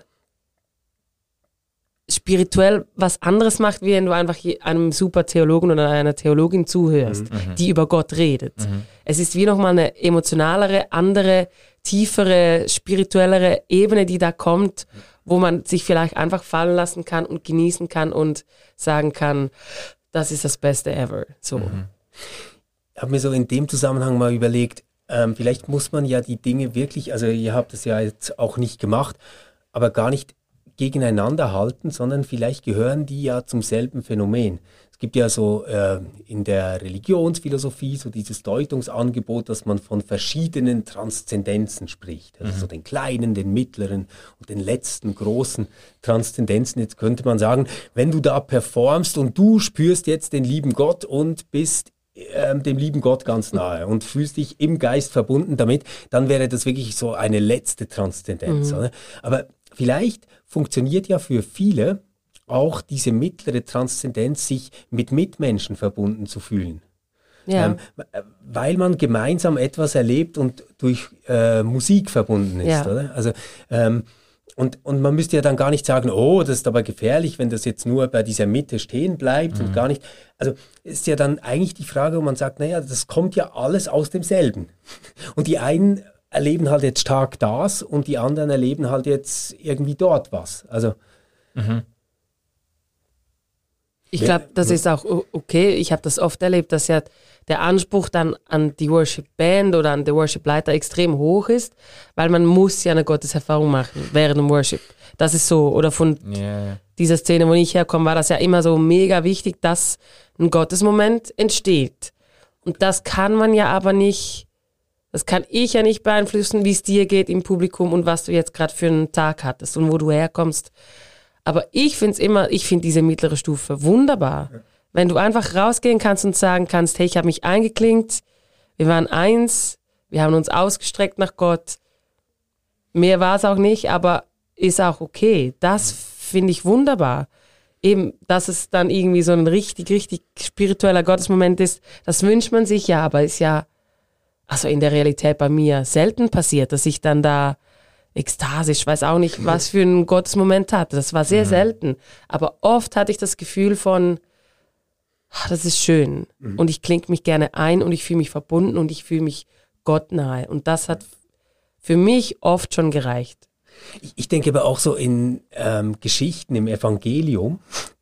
spirituell was anderes macht, wie wenn du einfach einem super Theologen oder einer Theologin zuhörst, mhm. die über Gott redet. Mhm. Es ist wie nochmal eine emotionalere, andere, tiefere, spirituellere Ebene, die da kommt, wo man sich vielleicht einfach fallen lassen kann und genießen kann und sagen kann, das ist das Beste ever. So. Mhm. Ich habe mir so in dem Zusammenhang mal überlegt, ähm, vielleicht muss man ja die Dinge wirklich, also ihr habt es ja jetzt auch nicht gemacht, aber gar nicht gegeneinander halten, sondern vielleicht gehören die ja zum selben Phänomen. Es gibt ja so äh, in der Religionsphilosophie so dieses Deutungsangebot, dass man von verschiedenen Transzendenzen spricht. Also mhm. so den kleinen, den mittleren und den letzten großen Transzendenzen. Jetzt könnte man sagen, wenn du da performst und du spürst jetzt den lieben Gott und bist ähm, dem lieben Gott ganz nahe und fühlst dich im Geist verbunden damit, dann wäre das wirklich so eine letzte Transzendenz. Mhm. Oder? Aber vielleicht funktioniert ja für viele auch diese mittlere Transzendenz, sich mit Mitmenschen verbunden zu fühlen. Ja. Ähm, weil man gemeinsam etwas erlebt und durch äh, Musik verbunden ist. Ja. Oder? Also, ähm, und, und man müsste ja dann gar nicht sagen, oh, das ist aber gefährlich, wenn das jetzt nur bei dieser Mitte stehen bleibt mhm. und gar nicht. Also ist ja dann eigentlich die Frage, wo man sagt, naja, das kommt ja alles aus demselben. Und die einen erleben halt jetzt stark das und die anderen erleben halt jetzt irgendwie dort was. Also mhm. Ich glaube, das ist auch okay. Ich habe das oft erlebt, dass ja der Anspruch dann an die Worship-Band oder an den Worship-Leiter extrem hoch ist, weil man muss ja eine Gotteserfahrung machen während dem Worship. Das ist so, oder von yeah. dieser Szene, wo ich herkomme, war das ja immer so mega wichtig, dass ein Gottesmoment entsteht. Und das kann man ja aber nicht, das kann ich ja nicht beeinflussen, wie es dir geht im Publikum und was du jetzt gerade für einen Tag hattest und wo du herkommst. Aber ich finde es immer, ich finde diese mittlere Stufe wunderbar. Ja. Wenn du einfach rausgehen kannst und sagen kannst, hey, ich habe mich eingeklinkt, wir waren eins, wir haben uns ausgestreckt nach Gott. Mehr war es auch nicht, aber ist auch okay. Das finde ich wunderbar. Eben, dass es dann irgendwie so ein richtig, richtig spiritueller Gottesmoment ist, das wünscht man sich ja, aber ist ja, also in der Realität bei mir selten passiert, dass ich dann da Ekstase, ich weiß auch nicht, was für einen Gottesmoment hatte. Das war sehr mhm. selten. Aber oft hatte ich das Gefühl von, ach, das ist schön. Mhm. Und ich klinge mich gerne ein und ich fühle mich verbunden und ich fühle mich Gott nahe. Und das hat für mich oft schon gereicht. Ich, ich denke aber auch so in ähm, Geschichten im Evangelium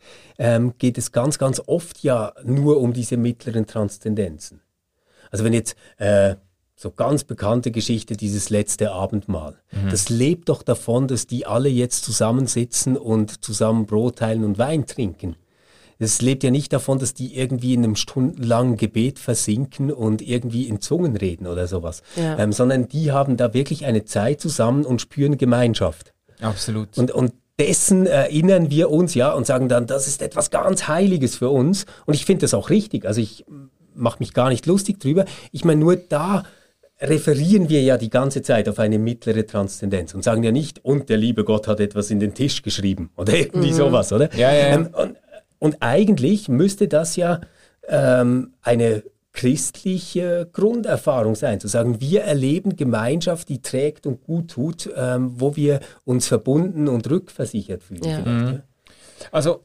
ähm, geht es ganz, ganz oft ja nur um diese mittleren Transzendenzen. Also wenn jetzt äh, so ganz bekannte Geschichte, dieses letzte Abendmahl. Mhm. Das lebt doch davon, dass die alle jetzt zusammensitzen und zusammen Brot teilen und Wein trinken. Es lebt ja nicht davon, dass die irgendwie in einem stundenlangen Gebet versinken und irgendwie in Zungen reden oder sowas. Ja. Ähm, sondern die haben da wirklich eine Zeit zusammen und spüren Gemeinschaft. Absolut. Und, und dessen erinnern wir uns ja und sagen dann, das ist etwas ganz Heiliges für uns. Und ich finde das auch richtig. Also ich mache mich gar nicht lustig drüber. Ich meine, nur da referieren wir ja die ganze Zeit auf eine mittlere Transzendenz und sagen ja nicht, und der liebe Gott hat etwas in den Tisch geschrieben oder irgendwie mhm. sowas, oder? Ja, ja, ja. Ähm, und, und eigentlich müsste das ja ähm, eine christliche Grunderfahrung sein, zu sagen, wir erleben Gemeinschaft, die trägt und gut tut, ähm, wo wir uns verbunden und rückversichert fühlen. Ja. Mhm. Also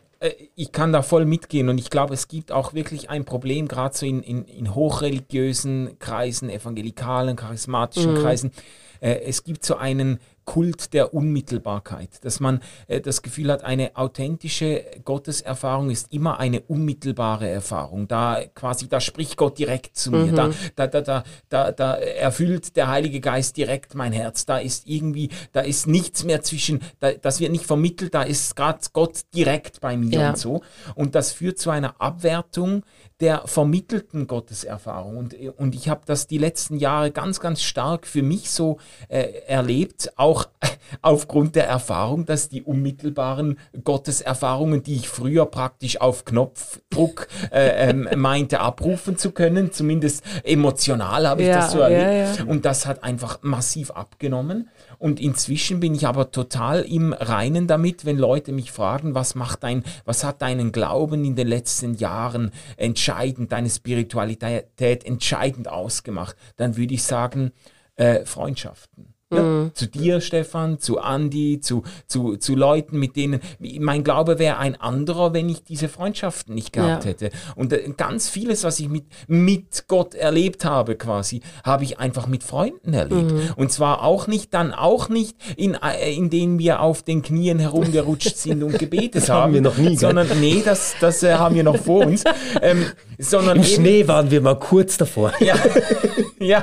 ich kann da voll mitgehen und ich glaube, es gibt auch wirklich ein Problem, gerade so in, in, in hochreligiösen Kreisen, evangelikalen, charismatischen mhm. Kreisen. Äh, es gibt so einen Kult der Unmittelbarkeit, dass man äh, das Gefühl hat, eine authentische Gotteserfahrung ist immer eine unmittelbare Erfahrung. Da quasi, da spricht Gott direkt zu mir, mhm. da, da, da, da, da, da erfüllt der Heilige Geist direkt mein Herz. Da ist irgendwie, da ist nichts mehr zwischen, da, das wird nicht vermittelt, da ist gerade Gott direkt bei mir ja. und so. Und das führt zu einer Abwertung der vermittelten Gotteserfahrung. Und, und ich habe das die letzten Jahre ganz, ganz stark für mich so äh, erlebt, auch aufgrund der Erfahrung, dass die unmittelbaren Gotteserfahrungen, die ich früher praktisch auf Knopfdruck äh, ähm, meinte abrufen zu können, zumindest emotional habe ich ja, das so erlebt. Ja, ja. Und das hat einfach massiv abgenommen. Und inzwischen bin ich aber total im Reinen damit, wenn Leute mich fragen, was macht dein, was hat deinen Glauben in den letzten Jahren entscheidend, deine Spiritualität entscheidend ausgemacht, dann würde ich sagen, äh, Freundschaften. Ja, mhm. Zu dir, Stefan, zu Andi, zu, zu, zu Leuten, mit denen, mein Glaube wäre ein anderer, wenn ich diese Freundschaften nicht gehabt ja. hätte. Und äh, ganz vieles, was ich mit, mit Gott erlebt habe quasi, habe ich einfach mit Freunden erlebt. Mhm. Und zwar auch nicht, dann auch nicht, in, äh, in denen wir auf den Knien herumgerutscht sind und gebetet das haben. haben wir noch nie, sondern, gell? Nee, das, das äh, haben wir noch vor uns. Ähm, sondern Im eben, Schnee waren wir mal kurz davor. Ja, ja.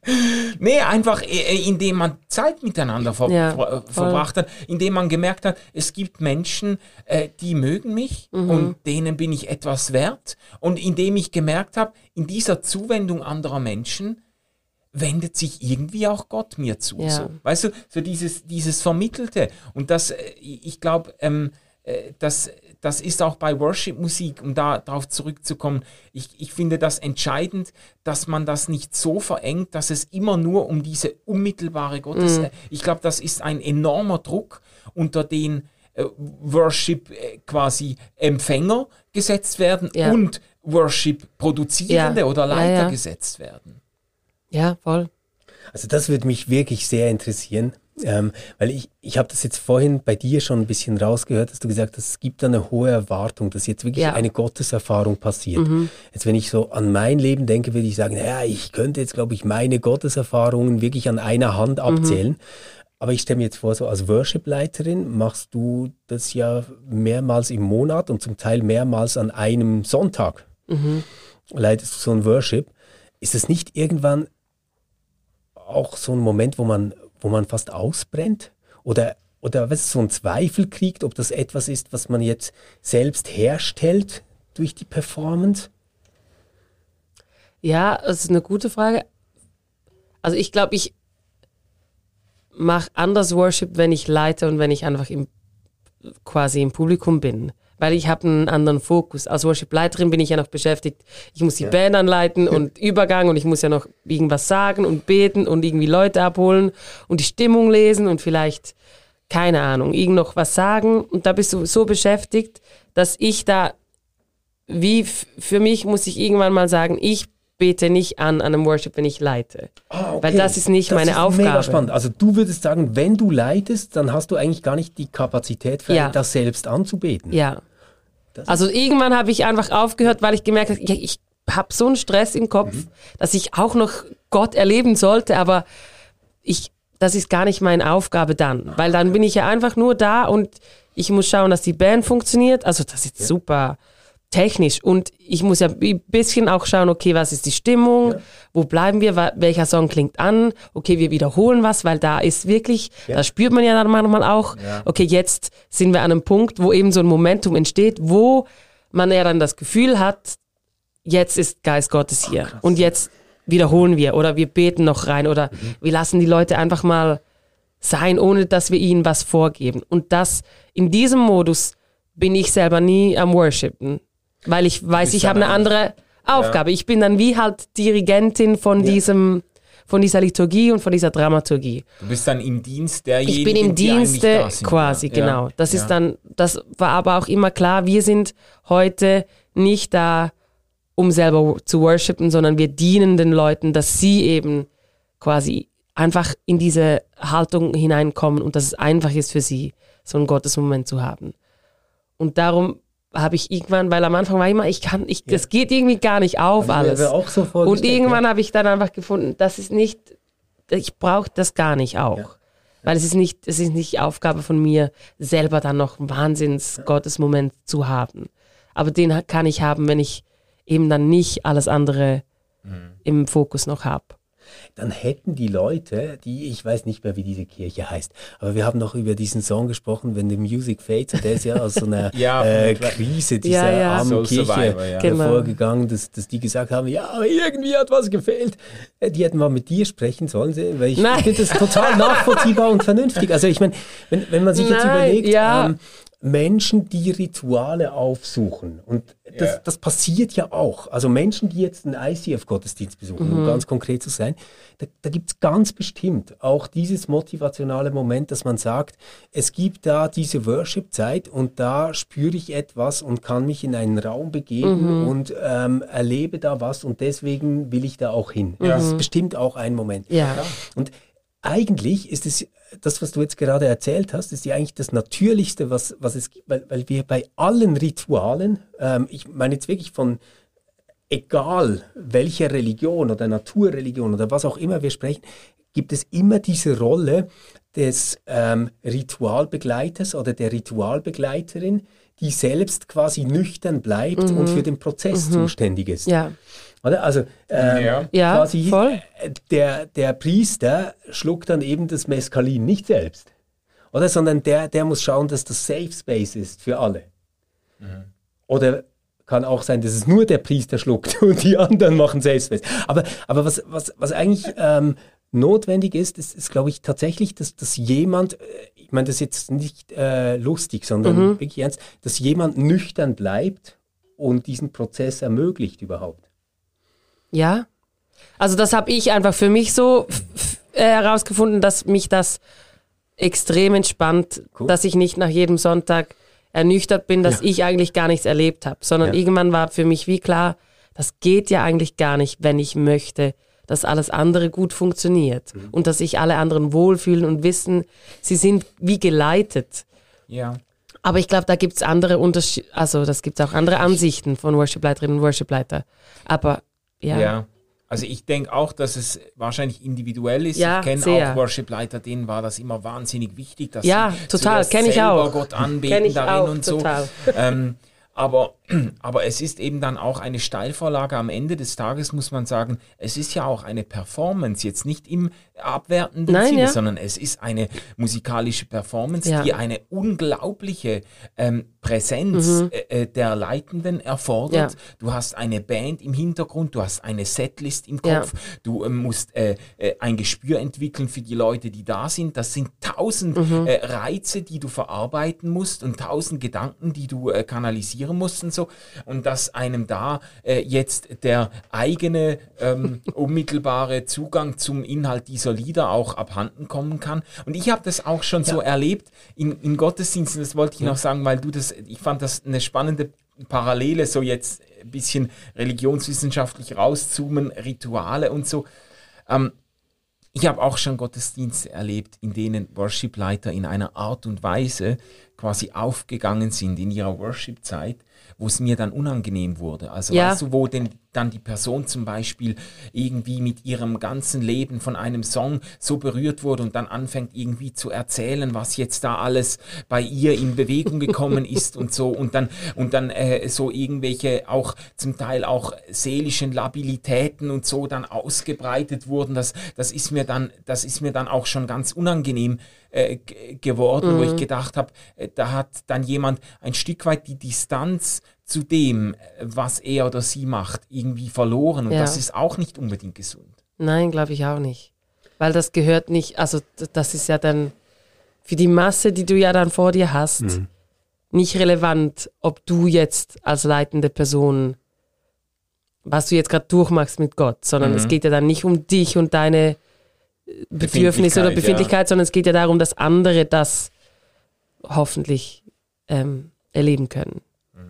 Nee, einfach äh, indem man Zeit miteinander ver Ja, ver verbracht hat, indem man gemerkt hat, es gibt Menschen, äh, die mögen mich Mhm. und denen bin ich etwas wert. Und indem ich gemerkt habe, in dieser Zuwendung anderer Menschen wendet sich irgendwie auch Gott mir zu. Ja. So. Weißt du, so dieses, dieses Vermittelte. Und das, äh, ich glaube, ähm, äh, das, das ist auch bei Worship-Musik, um da darauf zurückzukommen, ich, ich finde das entscheidend, dass man das nicht so verengt, dass es immer nur um diese unmittelbare Gottes... Mhm. Äh, ich glaube, das ist ein enormer Druck, unter den äh, Worship äh, quasi Empfänger gesetzt werden Ja. und Worship-Produzierende Ja. oder Leiter Ja, ja. gesetzt werden. Ja, voll. Also das würde mich wirklich sehr interessieren, ähm, weil ich, ich habe das jetzt vorhin bei dir schon ein bisschen rausgehört, dass du gesagt hast, es gibt da eine hohe Erwartung, dass jetzt wirklich Ja. eine Gotteserfahrung passiert. Jetzt, wenn ich so an mein Leben denke, würde ich sagen, naja, ich könnte jetzt, glaube ich, meine Gotteserfahrungen wirklich an einer Hand abzählen. Aber ich stelle mir jetzt vor, so als Worship-Leiterin machst du das ja mehrmals im Monat und zum Teil mehrmals an einem Sonntag. Leitest du so ein Worship. Ist es nicht irgendwann auch so ein Moment, wo man, wo man fast ausbrennt? Oder, oder was, so ein Zweifel kriegt, ob das etwas ist, was man jetzt selbst herstellt durch die Performance? Ja, das ist eine gute Frage. Also ich glaube, ich mache anders Worship, wenn ich leite und wenn ich einfach im, quasi im Publikum bin. Weil ich habe einen anderen Fokus. Als Worship-Leiterin bin ich ja noch beschäftigt. Ich muss die Ja. Band anleiten und Übergang und ich muss ja noch irgendwas sagen und beten und irgendwie Leute abholen und die Stimmung lesen und vielleicht, keine Ahnung, irgend noch was sagen. Und da bist du so beschäftigt, dass ich da, wie f- für mich muss ich irgendwann mal sagen, ich bete nicht an an einem Worship, wenn ich leite. Ah, okay. Weil das ist nicht meine ist Aufgabe. Mega spannend. Also du würdest sagen, wenn du leitest, dann hast du eigentlich gar nicht die Kapazität, frei, Ja. das selbst anzubeten. Ja. Das Also irgendwann habe ich einfach aufgehört, weil ich gemerkt habe, ich, ich habe so einen Stress im Kopf, dass ich auch noch Gott erleben sollte, aber ich, das ist gar nicht meine Aufgabe dann, weil dann bin ich ja einfach nur da und ich muss schauen, dass die Band funktioniert. Also das ist super technisch und ich muss ja ein bisschen auch schauen, okay, was ist die Stimmung, Ja. wo bleiben wir, wa- welcher Song klingt an, okay, wir wiederholen was, weil da ist wirklich, Ja. da spürt man ja dann manchmal auch, okay, jetzt sind wir an einem Punkt, wo eben so ein Momentum entsteht, wo man ja dann das Gefühl hat, jetzt ist Geist Gottes hier und jetzt wiederholen wir oder wir beten noch rein oder wir lassen die Leute einfach mal sein, ohne dass wir ihnen was vorgeben. Und das, in diesem Modus bin ich selber nie am Worshipen. Weil ich weiß, bist ich habe dann eine andere Aufgabe. Ich bin dann wie halt Dirigentin von diesem, von dieser Liturgie und von dieser Dramaturgie. Du bist dann im Dienst derjenigen, Ich bin im die eigentlich Dienste da sind, quasi, ja. genau. Ja. Das ja. ist dann, das war aber auch immer klar, wir sind heute nicht da, um selber zu worshipen, sondern wir dienen den Leuten, dass sie eben quasi einfach in diese Haltung hineinkommen und dass es einfach ist für sie, so einen Gottesmoment zu haben. Und darum habe ich irgendwann, weil am Anfang war immer, ich kann, ich, das geht irgendwie gar nicht auf Hab ich mir alles. aber auch so Und vorgestellt, irgendwann ja. habe ich dann einfach gefunden, das ist nicht, ich brauche das gar nicht auch. Ja. Weil es ist nicht, es ist nicht die Aufgabe von mir, selber dann noch einen Wahnsinns-Gottesmoment zu haben. Aber den ha- kann ich haben, wenn ich eben dann nicht alles andere im Fokus noch habe. Dann hätten die Leute, die, ich weiß nicht mehr, wie diese Kirche heißt, aber wir haben noch über diesen Song gesprochen, wenn the music fades, und der ist ja aus so einer Ja, äh, klar. Krise dieser Ja, ja. armen Soul Kirche Survivor, ja. Genau. hervorgegangen, dass, dass die gesagt haben, ja, aber irgendwie hat was gefehlt. Äh, Die hätten mal mit dir sprechen sollen, weil ich Nein. finde das total nachvollziehbar und vernünftig. Also ich meine, wenn, wenn man sich jetzt Nein, überlegt, ja. ähm, Menschen, die Rituale aufsuchen. Und das, Ja. das passiert ja auch. Also Menschen, die jetzt einen I C F-Gottesdienst besuchen, um ganz konkret zu sein, da, da gibt es ganz bestimmt auch dieses motivationale Moment, dass man sagt, es gibt da diese Worship-Zeit und da spüre ich etwas und kann mich in einen Raum begeben und ähm, erlebe da was und deswegen will ich da auch hin. Das ist bestimmt auch ein Moment. Ja. Und eigentlich ist es, das, was du jetzt gerade erzählt hast, ist ja eigentlich das Natürlichste, was, was es gibt, weil, weil wir bei allen Ritualen, ähm, ich meine jetzt wirklich von egal welcher Religion oder Naturreligion oder was auch immer wir sprechen, gibt es immer diese Rolle des ähm, Ritualbegleiters oder der Ritualbegleiterin, die selbst quasi nüchtern bleibt und für den Prozess zuständig ist. Ja. Oder? Also ähm, Ja. Ja, quasi voll. äh, Der, der Priester schluckt dann eben das Mescalin nicht selbst. Oder? Sondern der, der muss schauen, dass das Safe Space ist für alle. Mhm. Oder kann auch sein, dass es nur der Priester schluckt und die anderen machen Safe Space. Aber, aber was, was, was eigentlich ähm, notwendig ist, ist, ist glaube ich, tatsächlich, dass, dass jemand, ich meine, das ist jetzt nicht äh, lustig, sondern Mhm. wirklich ernst, dass jemand nüchtern bleibt und diesen Prozess ermöglicht überhaupt. Ja. Also das habe ich einfach für mich so f- f- äh, herausgefunden, dass mich das extrem entspannt, Cool. dass ich nicht nach jedem Sonntag ernüchtert bin, dass Ja. ich eigentlich gar nichts erlebt habe, sondern Ja. irgendwann war für mich wie klar, das geht ja eigentlich gar nicht, wenn ich möchte, dass alles andere gut funktioniert Mhm. und dass sich alle anderen wohlfühlen und wissen, sie sind wie geleitet. Ja. Aber ich glaube, da gibt es andere Unterschiede, also das gibt es auch andere Ansichten von Worship-Leiterinnen und Worship-Leiter. Aber ja. Ja. Also ich denke auch, dass es wahrscheinlich individuell ist. Ja, ich kenne sehr. auch Worship-Leiter, denen war das immer wahnsinnig wichtig, dass Ja, sie total, zuerst kenn ich selber auch. Gott Kenn anbeten ich darin auch, und total. so. Ähm, aber, aber es ist eben dann auch eine Steilvorlage. Am Ende des Tages muss man sagen, es ist ja auch eine Performance, jetzt nicht im abwertenden Nein, Sinne, ja. sondern es ist eine musikalische Performance, Ja. die eine unglaubliche ähm, Präsenz Mhm. äh, der Leitenden erfordert. Ja. Du hast eine Band im Hintergrund, du hast eine Setlist im Ja. Kopf, du ähm, musst äh, äh, ein Gespür entwickeln für die Leute, die da sind. Das sind tausend Mhm. äh, Reize, die du verarbeiten musst und tausend Gedanken, die du äh, kanalisieren musst und so. Und dass einem da äh, jetzt der eigene ähm, unmittelbare Zugang zum Inhalt dieser Lieder auch abhanden kommen kann. Und ich habe das auch schon so erlebt in, in Gottesdiensten, das wollte ich noch sagen, weil du das, ich fand das eine spannende Parallele, so jetzt ein bisschen religionswissenschaftlich rauszoomen, Rituale und so. Ähm, ich habe auch schon Gottesdienste erlebt, in denen Worship-Leiter in einer Art und Weise quasi aufgegangen sind in ihrer Worship-Zeit, wo es mir dann unangenehm wurde. Also Ja. weißt du, wo denn dann die Person zum Beispiel irgendwie mit ihrem ganzen Leben von einem Song so berührt wurde und dann anfängt irgendwie zu erzählen, was jetzt da alles bei ihr in Bewegung gekommen ist und so und dann und dann äh, so irgendwelche auch zum Teil auch seelischen Labilitäten und so dann ausgebreitet wurden. Das das ist mir dann das ist mir dann auch schon ganz unangenehm äh, g- geworden, wo ich gedacht habe, äh, da hat dann jemand ein Stück weit die Distanz zu dem, was er oder sie macht, irgendwie verloren. Und Ja. das ist auch nicht unbedingt gesund. Nein, glaube ich auch nicht. Weil das gehört nicht, also d- das ist ja dann für die Masse, die du ja dann vor dir hast, Mhm. nicht relevant, ob du jetzt als leitende Person, was du jetzt gerade durchmachst mit Gott, sondern Mhm. es geht ja dann nicht um dich und deine äh, Bedürfnisse oder Befindlichkeit, Befindlichkeit, sondern es geht ja darum, dass andere das hoffentlich ähm, erleben können.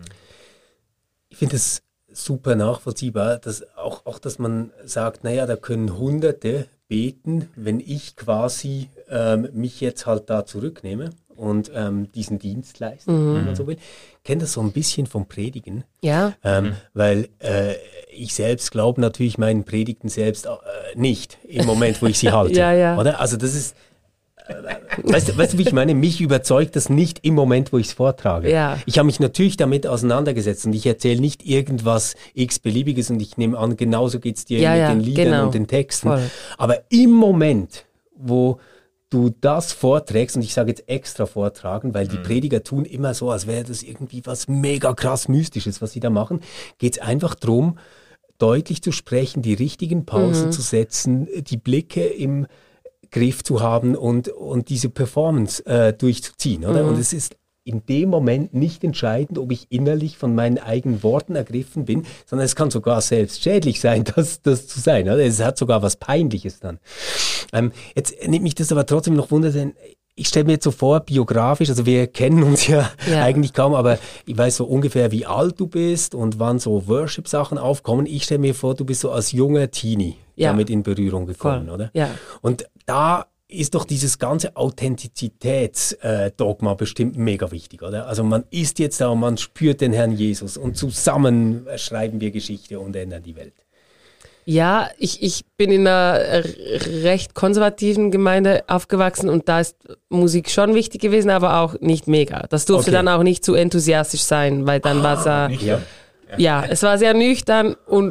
Ich finde es super nachvollziehbar, dass auch, auch, dass man sagt, naja, da können Hunderte beten, wenn ich quasi ähm, mich jetzt halt da zurücknehme und ähm, diesen Dienst leiste, wenn man so will. Ich kenne das so ein bisschen vom Predigen, Ja, ähm, weil äh, ich selbst glaube natürlich meinen Predigten selbst äh, nicht im Moment, wo ich sie halte. Ja, ja. Oder? Also das ist, weißt du, weißt du, wie ich meine? Mich überzeugt das nicht im Moment, wo ich es vortrage. Ja. Ich habe mich natürlich damit auseinandergesetzt und ich erzähle nicht irgendwas x-beliebiges und ich nehme an, genauso geht es dir Ja, mit ja, den Liedern genau. und den Texten. Voll. Aber im Moment, wo du das vorträgst, und ich sage jetzt extra vortragen, weil die Prediger tun immer so, als wäre das irgendwie was mega krass Mystisches, was sie da machen, geht es einfach darum, deutlich zu sprechen, die richtigen Pausen Mhm. zu setzen, die Blicke im Griff zu haben und, und diese Performance äh, durchzuziehen. Oder? Mhm. Und es ist in dem Moment nicht entscheidend, ob ich innerlich von meinen eigenen Worten ergriffen bin, sondern es kann sogar selbst schädlich sein, das, das zu sein. Oder? Es hat sogar was Peinliches dann. Ähm, jetzt nimmt mich das aber trotzdem noch Wunder, denn ich stelle mir jetzt so vor, biografisch, also wir kennen uns ja, Ja. eigentlich kaum, aber ich weiß so ungefähr, wie alt du bist und wann so Worship-Sachen aufkommen. Ich stelle mir vor, du bist so als junger Teenie Ja. damit in Berührung gekommen, voll. oder? Ja. Und da ist doch dieses ganze Authentizitätsdogma bestimmt mega wichtig, oder? Also man ist jetzt da und man spürt den Herrn Jesus und zusammen schreiben wir Geschichte und ändern die Welt. Ja, ich, ich bin in einer r- recht konservativen Gemeinde aufgewachsen und da ist Musik schon wichtig gewesen, aber auch nicht mega. Das durfte Okay. dann auch nicht zu enthusiastisch sein, weil dann war es ja, Ja. ja, es war sehr nüchtern und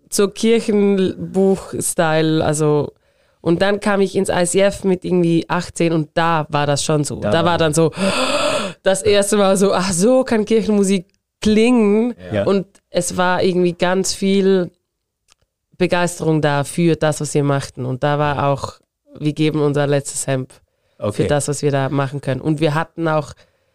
so Kirchenbuch-Style, also und dann kam ich ins I C F mit irgendwie achtzehn und da war das schon so. Da, da war dann so das erste Mal so, ach so kann Kirchenmusik klingen ja. und es war irgendwie ganz viel Begeisterung da für das, was wir machten und da war auch, wir geben unser letztes Hemd okay. für das, was wir da machen können. Und wir hatten auch,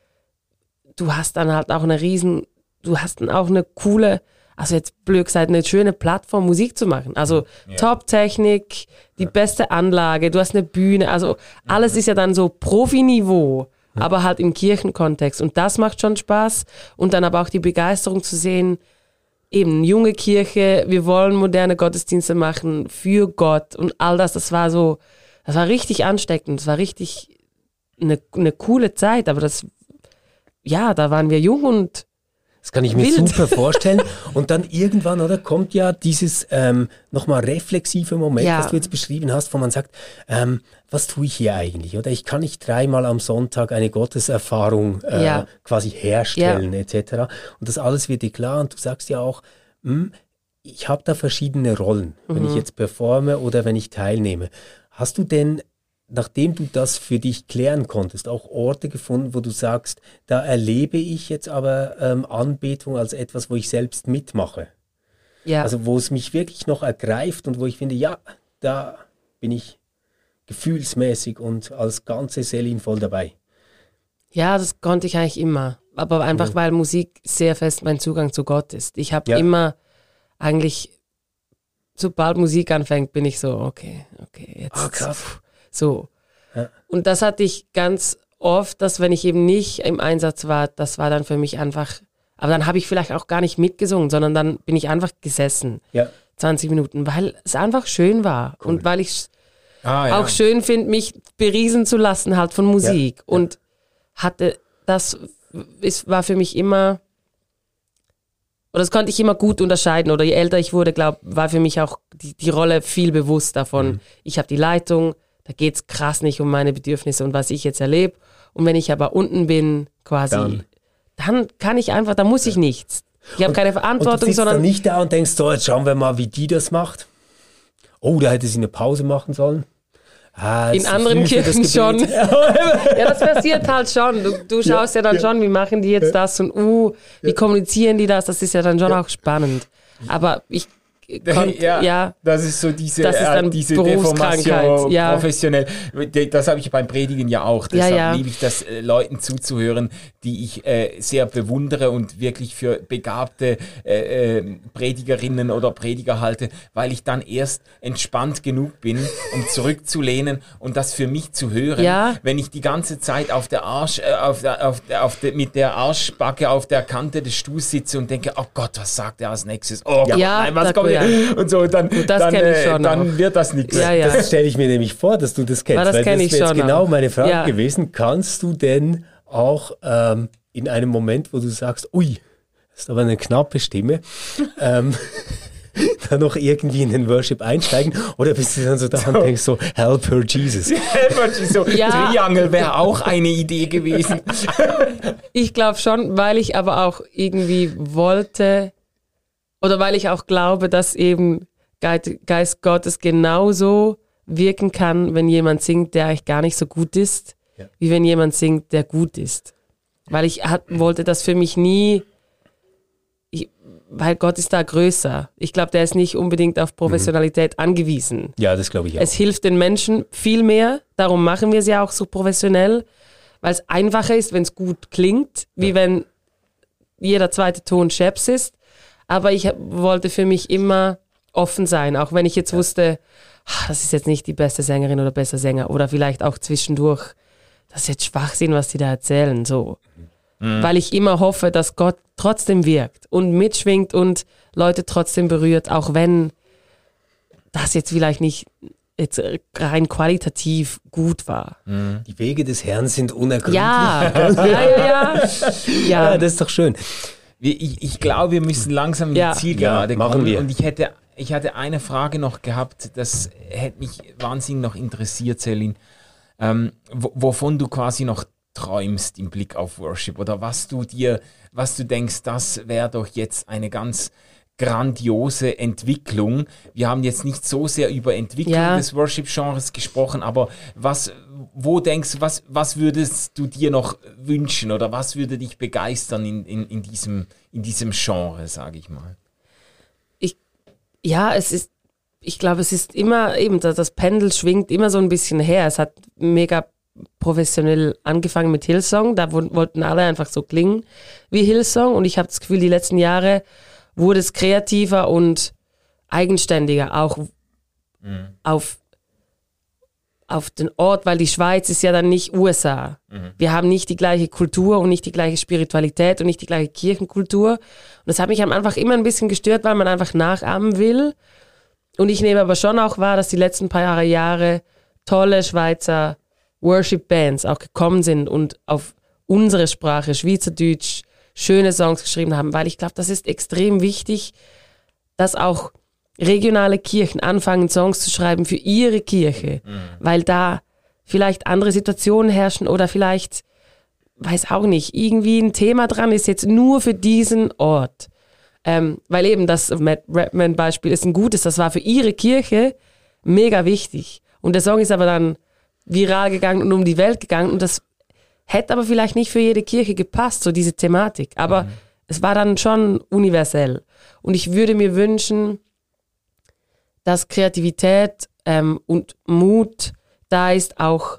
du hast dann halt auch eine riesen, du hast dann auch eine coole, also jetzt blöd gesagt, eine schöne Plattform, Musik zu machen. Also ja. Top-Technik, die ja. beste Anlage, du hast eine Bühne, also alles ist ja dann so Profi-Niveau, ja. aber halt im Kirchenkontext. Und das macht schon Spaß. Und dann aber auch die Begeisterung zu sehen, eben junge Kirche, wir wollen moderne Gottesdienste machen für Gott und all das, das war so, das war richtig ansteckend, das war richtig eine, eine coole Zeit, aber das, ja, da waren wir jung und das kann ich mir wild. super vorstellen. Und dann irgendwann, oder, kommt ja dieses ähm, nochmal reflexive Moment, ja. das du jetzt beschrieben hast, wo man sagt, ähm, was tue ich hier eigentlich? Oder ich kann nicht dreimal am Sonntag eine Gotteserfahrung äh, ja. quasi herstellen, ja. et cetera. Und das alles wird dir klar. Und du sagst ja auch, hm, ich habe da verschiedene Rollen, mhm. wenn ich jetzt performe oder wenn ich teilnehme. Hast du denn, nachdem du das für dich klären konntest, auch Orte gefunden, wo du sagst, da erlebe ich jetzt aber ähm, Anbetung als etwas, wo ich selbst mitmache? Ja. Also wo es mich wirklich noch ergreift und wo ich finde, ja, da bin ich gefühlsmäßig und als ganze Selin voll dabei. Ja, das konnte ich eigentlich immer. Aber einfach, mhm. weil Musik sehr fest mein Zugang zu Gott ist. Ich habe ja. immer eigentlich, sobald Musik anfängt, bin ich so, okay, okay, jetzt. Ah, krass. So. Ja. Und das hatte ich ganz oft, dass wenn ich eben nicht im Einsatz war, das war dann für mich einfach, aber dann habe ich vielleicht auch gar nicht mitgesungen, sondern dann bin ich einfach gesessen. Ja. zwanzig Minuten, weil es einfach schön war. Cool. Und weil ich es ah, ja. auch schön finde, mich beriesen zu lassen halt von Musik. Ja. Und hatte, das ist, war für mich immer, oder das konnte ich immer gut unterscheiden. Oder je älter ich wurde, glaube war für mich auch die, die Rolle viel bewusst davon. Mhm. Ich habe die Leitung, da geht es krass nicht um meine Bedürfnisse und was ich jetzt erlebe. Und wenn ich aber unten bin, quasi, dann, dann kann ich einfach, da muss ich nichts. Ich habe keine Verantwortung, und du sitzt sondern. dann nicht da und denkst, so, jetzt schauen wir mal, wie die das macht. Oh, da hätte sie eine Pause machen sollen. Ah, in anderen Kirchen schon. Ja, das passiert halt schon. Du, du schaust ja, ja dann ja. schon, wie machen die jetzt das und uh, wie ja. kommunizieren die das? Das ist ja dann schon ja. auch spannend. Aber ich Kon- ja, ja, das ist so diese, das ist dann äh, diese Berufskrankheit, Deformation ja. professionell. Das habe ich beim Predigen ja auch. Deshalb ja, ja. liebe ich das, äh, Leuten zuzuhören, die ich äh, sehr bewundere und wirklich für begabte äh, äh, Predigerinnen oder Prediger halte, weil ich dann erst entspannt genug bin, um zurückzulehnen und das für mich zu hören, ja. wenn ich die ganze Zeit auf der Arsch, äh, auf der, auf der, auf der, mit der Arschbacke auf der Kante des Stuhls sitze und denke, oh Gott, was sagt er als nächstes? Oh Gott, ja, nein, was kommt hier? Und so, dann, dann, äh, dann wird das nichts. Ja, ja. Das stelle ich mir nämlich vor, dass du das kennst. Ja, das weil kenn das ich wäre jetzt schon genau auch. meine Frage ja. gewesen. Kannst du denn auch ähm, in einem Moment, wo du sagst, ui, das ist aber eine knappe Stimme, ähm, dann noch irgendwie in den Worship einsteigen? Oder bist du dann so da so. und denkst so, help her Jesus? Help her Jesus. So, ja. Triangle wäre auch eine Idee gewesen. Ich glaube schon, weil ich aber auch irgendwie wollte, oder weil ich auch glaube, dass eben Geist Gottes genauso wirken kann, wenn jemand singt, der eigentlich gar nicht so gut ist, ja. wie wenn jemand singt, der gut ist. Weil ich hat, wollte das für mich nie, ich, weil Gott ist da größer. Ich glaube, der ist nicht unbedingt auf Professionalität mhm. angewiesen. Ja, das glaube ich auch. Es hilft den Menschen viel mehr, darum machen wir es ja auch so professionell, weil es einfacher ist, wenn es gut klingt, wie ja. wenn jeder zweite Ton Scheps ist. Aber ich wollte für mich immer offen sein, auch wenn ich jetzt wusste, das ist jetzt nicht die beste Sängerin oder bester Sänger oder vielleicht auch zwischendurch, das ist jetzt Schwachsinn, was die da erzählen, so. Mhm. Weil ich immer hoffe, dass Gott trotzdem wirkt und mitschwingt und Leute trotzdem berührt, auch wenn das jetzt vielleicht nicht jetzt rein qualitativ gut war. Mhm. Die Wege des Herrn sind unergründlich. Ja, ja, ja, ja. Ja, das ist doch schön. Ich, ich glaube, wir müssen langsam in die ja. Zielgerade ja, machen kommen. Wir. Und ich hätte, ich hatte eine Frage noch gehabt, das hätte mich wahnsinnig noch interessiert, Selin. Ähm, wo, wovon du quasi noch träumst im Blick auf Worship oder was du dir, was du denkst, das wäre doch jetzt eine ganz grandiose Entwicklung. Wir haben jetzt nicht so sehr über Entwicklung Ja. des Worship-Genres gesprochen, aber was, wo denkst du, was, was würdest du dir noch wünschen oder was würde dich begeistern in, in, in, diesem, in diesem Genre, sage ich mal? Ja, es ist, ich glaube, es ist immer eben, das, das Pendel schwingt immer so ein bisschen her. Es hat mega professionell angefangen mit Hillsong, da wo, wollten alle einfach so klingen wie Hillsong und ich habe das Gefühl, die letzten Jahre wurde es kreativer und eigenständiger, auch mhm. auf, auf den Ort, weil die Schweiz ist ja dann nicht U S A. Mhm. Wir haben nicht die gleiche Kultur und nicht die gleiche Spiritualität und nicht die gleiche Kirchenkultur. Und das hat mich am Anfang immer ein bisschen gestört, weil man einfach nachahmen will. Und ich nehme aber schon auch wahr, dass die letzten paar Jahre, Jahre tolle Schweizer Worship-Bands auch gekommen sind und auf unsere Sprache, Schweizerdeutsch, schöne Songs geschrieben haben, weil ich glaube, das ist extrem wichtig, dass auch regionale Kirchen anfangen, Songs zu schreiben für ihre Kirche, mhm. weil da vielleicht andere Situationen herrschen oder vielleicht, weiß auch nicht, irgendwie ein Thema dran ist jetzt nur für diesen Ort. Ähm, weil eben das Matt Redman-Beispiel ist ein gutes, das war für ihre Kirche mega wichtig. Und der Song ist aber dann viral gegangen und um die Welt gegangen und das hätte aber vielleicht nicht für jede Kirche gepasst, so diese Thematik. Aber mhm. es war dann schon universell. Und ich würde mir wünschen, dass Kreativität ähm, und Mut da ist, auch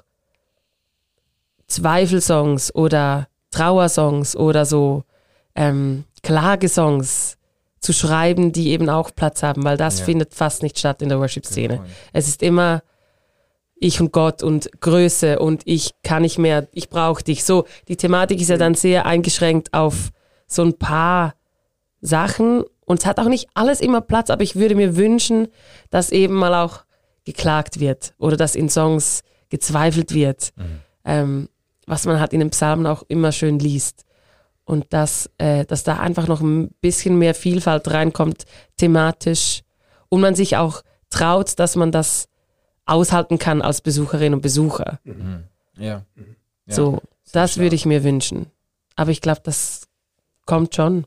Zweifelsongs oder Trauersongs oder so ähm, Klagesongs zu schreiben, die eben auch Platz haben, weil das ja. findet fast nicht statt in der Worship-Szene. Genau. Es ist immer ich und Gott und Größe und ich kann nicht mehr, ich brauche dich. So, die Thematik ist ja dann sehr eingeschränkt auf so ein paar Sachen und es hat auch nicht alles immer Platz, aber ich würde mir wünschen, dass eben mal auch geklagt wird oder dass in Songs gezweifelt wird, mhm. ähm, was man halt in den Psalmen auch immer schön liest. Und dass, äh, dass da einfach noch ein bisschen mehr Vielfalt reinkommt, thematisch. Und man sich auch traut, dass man das aushalten kann als Besucherin und Besucher. Mhm. Ja. ja. So, das würde ich mir wünschen. Aber ich glaube, das kommt schon.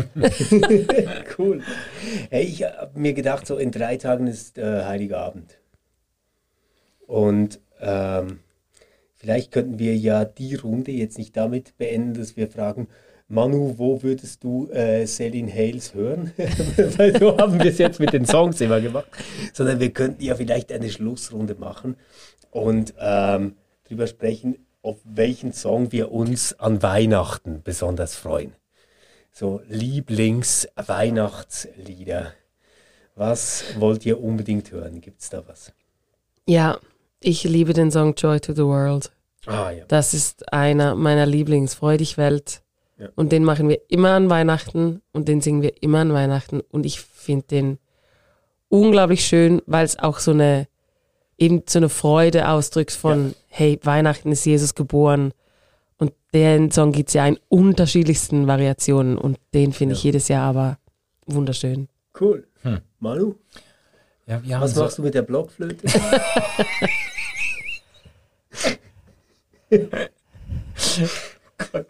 Cool. Hey, ich habe mir gedacht, so in drei Tagen ist äh, Heiliger Abend. Und ähm, vielleicht könnten wir ja die Runde jetzt nicht damit beenden, dass wir fragen, Manu, wo würdest du äh, Celine Hales hören? Weil so haben wir es jetzt mit den Songs immer gemacht. Sondern wir könnten ja vielleicht eine Schlussrunde machen und ähm, darüber sprechen, auf welchen Song wir uns an Weihnachten besonders freuen. So Lieblings-Weihnachtslieder. Was wollt ihr unbedingt hören? Gibt es da was? Ja, ich liebe den Song Joy to the World. Ah, ja. Das ist einer meiner Lieblings, Freu dich Welt. Ja. Und den machen wir immer an Weihnachten und den singen wir immer an Weihnachten. Und ich finde den unglaublich schön, weil es auch so eine, eben so eine Freude ausdrückt von, ja. hey, Weihnachten ist Jesus geboren. Und den Song gibt es ja in unterschiedlichsten Variationen und den finde ja. ich jedes Jahr aber wunderschön. Cool. Hm. Manu? Ja, wir haben Was so machst du mit der Blockflöte? Gott.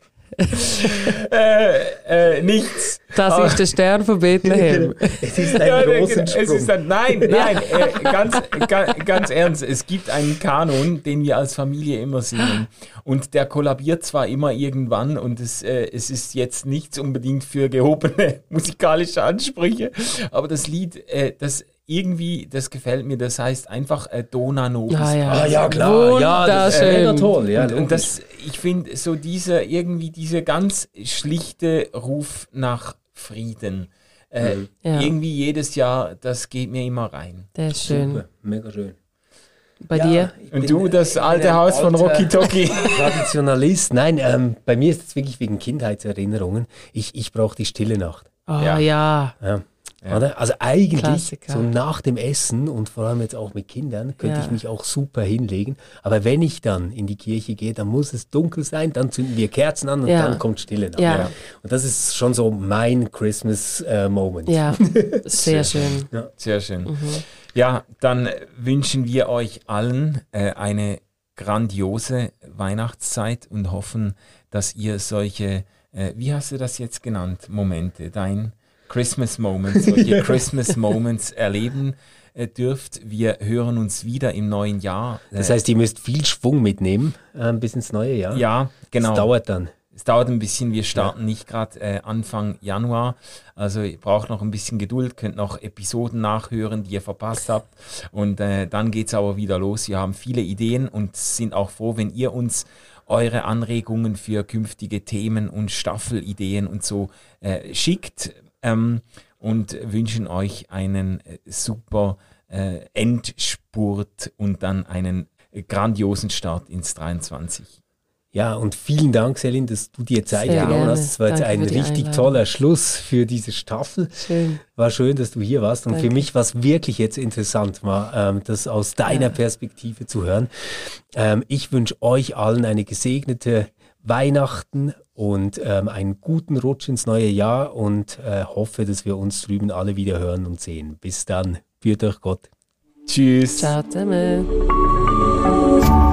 äh, äh, nichts. Das Aber ist der Stern von Bethlehem. Es ist ein ja, Rosensprung. es ist ein, nein, nein, äh, ganz, ga, ganz ernst. Es gibt einen Kanon, den wir als Familie immer singen. Und der kollabiert zwar immer irgendwann und es, äh, es ist jetzt nichts unbedingt für gehobene musikalische Ansprüche, aber das Lied, äh, das irgendwie, das gefällt mir, das heißt einfach äh, Dona Nobis. Ah, ja. ah ja, klar. Ja, das ist mega toll. Ja, und, und das, ich finde, so diese, irgendwie diese ganz schlichte Ruf nach Frieden, äh, mhm. ja. irgendwie jedes Jahr, das geht mir immer rein. Der ist schön. Super, mega schön. Bei ja, dir? Und bin, du, das alte Haus von Rocky Toki. Traditionalist. Nein, ähm, bei mir ist es wirklich wegen Kindheitserinnerungen. Ich, ich brauche die stille Nacht. Oh ja. ja. ja. Ja. Oder? Also eigentlich Klassiker. So nach dem Essen und vor allem jetzt auch mit Kindern könnte ja. ich mich auch super hinlegen. Aber wenn ich dann in die Kirche gehe, dann muss es dunkel sein, dann zünden wir Kerzen an und ja. dann kommt Stille nach. Ja. Und das ist schon so mein Christmas-Moment. Ja, sehr schön. Ja. Sehr schön. Mhm. Ja, dann wünschen wir euch allen äh, eine grandiose Weihnachtszeit und hoffen, dass ihr solche, äh, wie hast du das jetzt genannt, Momente, dein Christmas Moments, solche Christmas Moments erleben äh, dürft. Wir hören uns wieder im neuen Jahr. Das heißt, ihr müsst viel Schwung mitnehmen äh, bis ins neue Jahr. Ja, genau. Das dauert dann. Es dauert ein bisschen, wir starten ja. nicht gerade äh, Anfang Januar, also ihr braucht noch ein bisschen Geduld, könnt noch Episoden nachhören, die ihr verpasst habt und äh, dann geht es aber wieder los. Wir haben viele Ideen und sind auch froh, wenn ihr uns eure Anregungen für künftige Themen und Staffelideen und so äh, schickt ähm, und wünschen euch einen äh, super äh, Endspurt und dann einen äh, grandiosen Start ins dreiundzwanzig. Ja, und vielen Dank, Selin, dass du dir Zeit Sehr genommen gerne. hast. Es war jetzt Danke ein für die richtig Einladung. toller Schluss für diese Staffel. Schön. War schön, dass du hier warst. Und Danke. für mich war es wirklich jetzt interessant, war, ähm, das aus deiner Ja. Perspektive zu hören. Ähm, ich wünsche euch allen eine gesegnete Weihnachten und ähm, einen guten Rutsch ins neue Jahr und äh, hoffe, dass wir uns drüben alle wieder hören und sehen. Bis dann. Führt euch Gott. Tschüss. Ciao zusammen.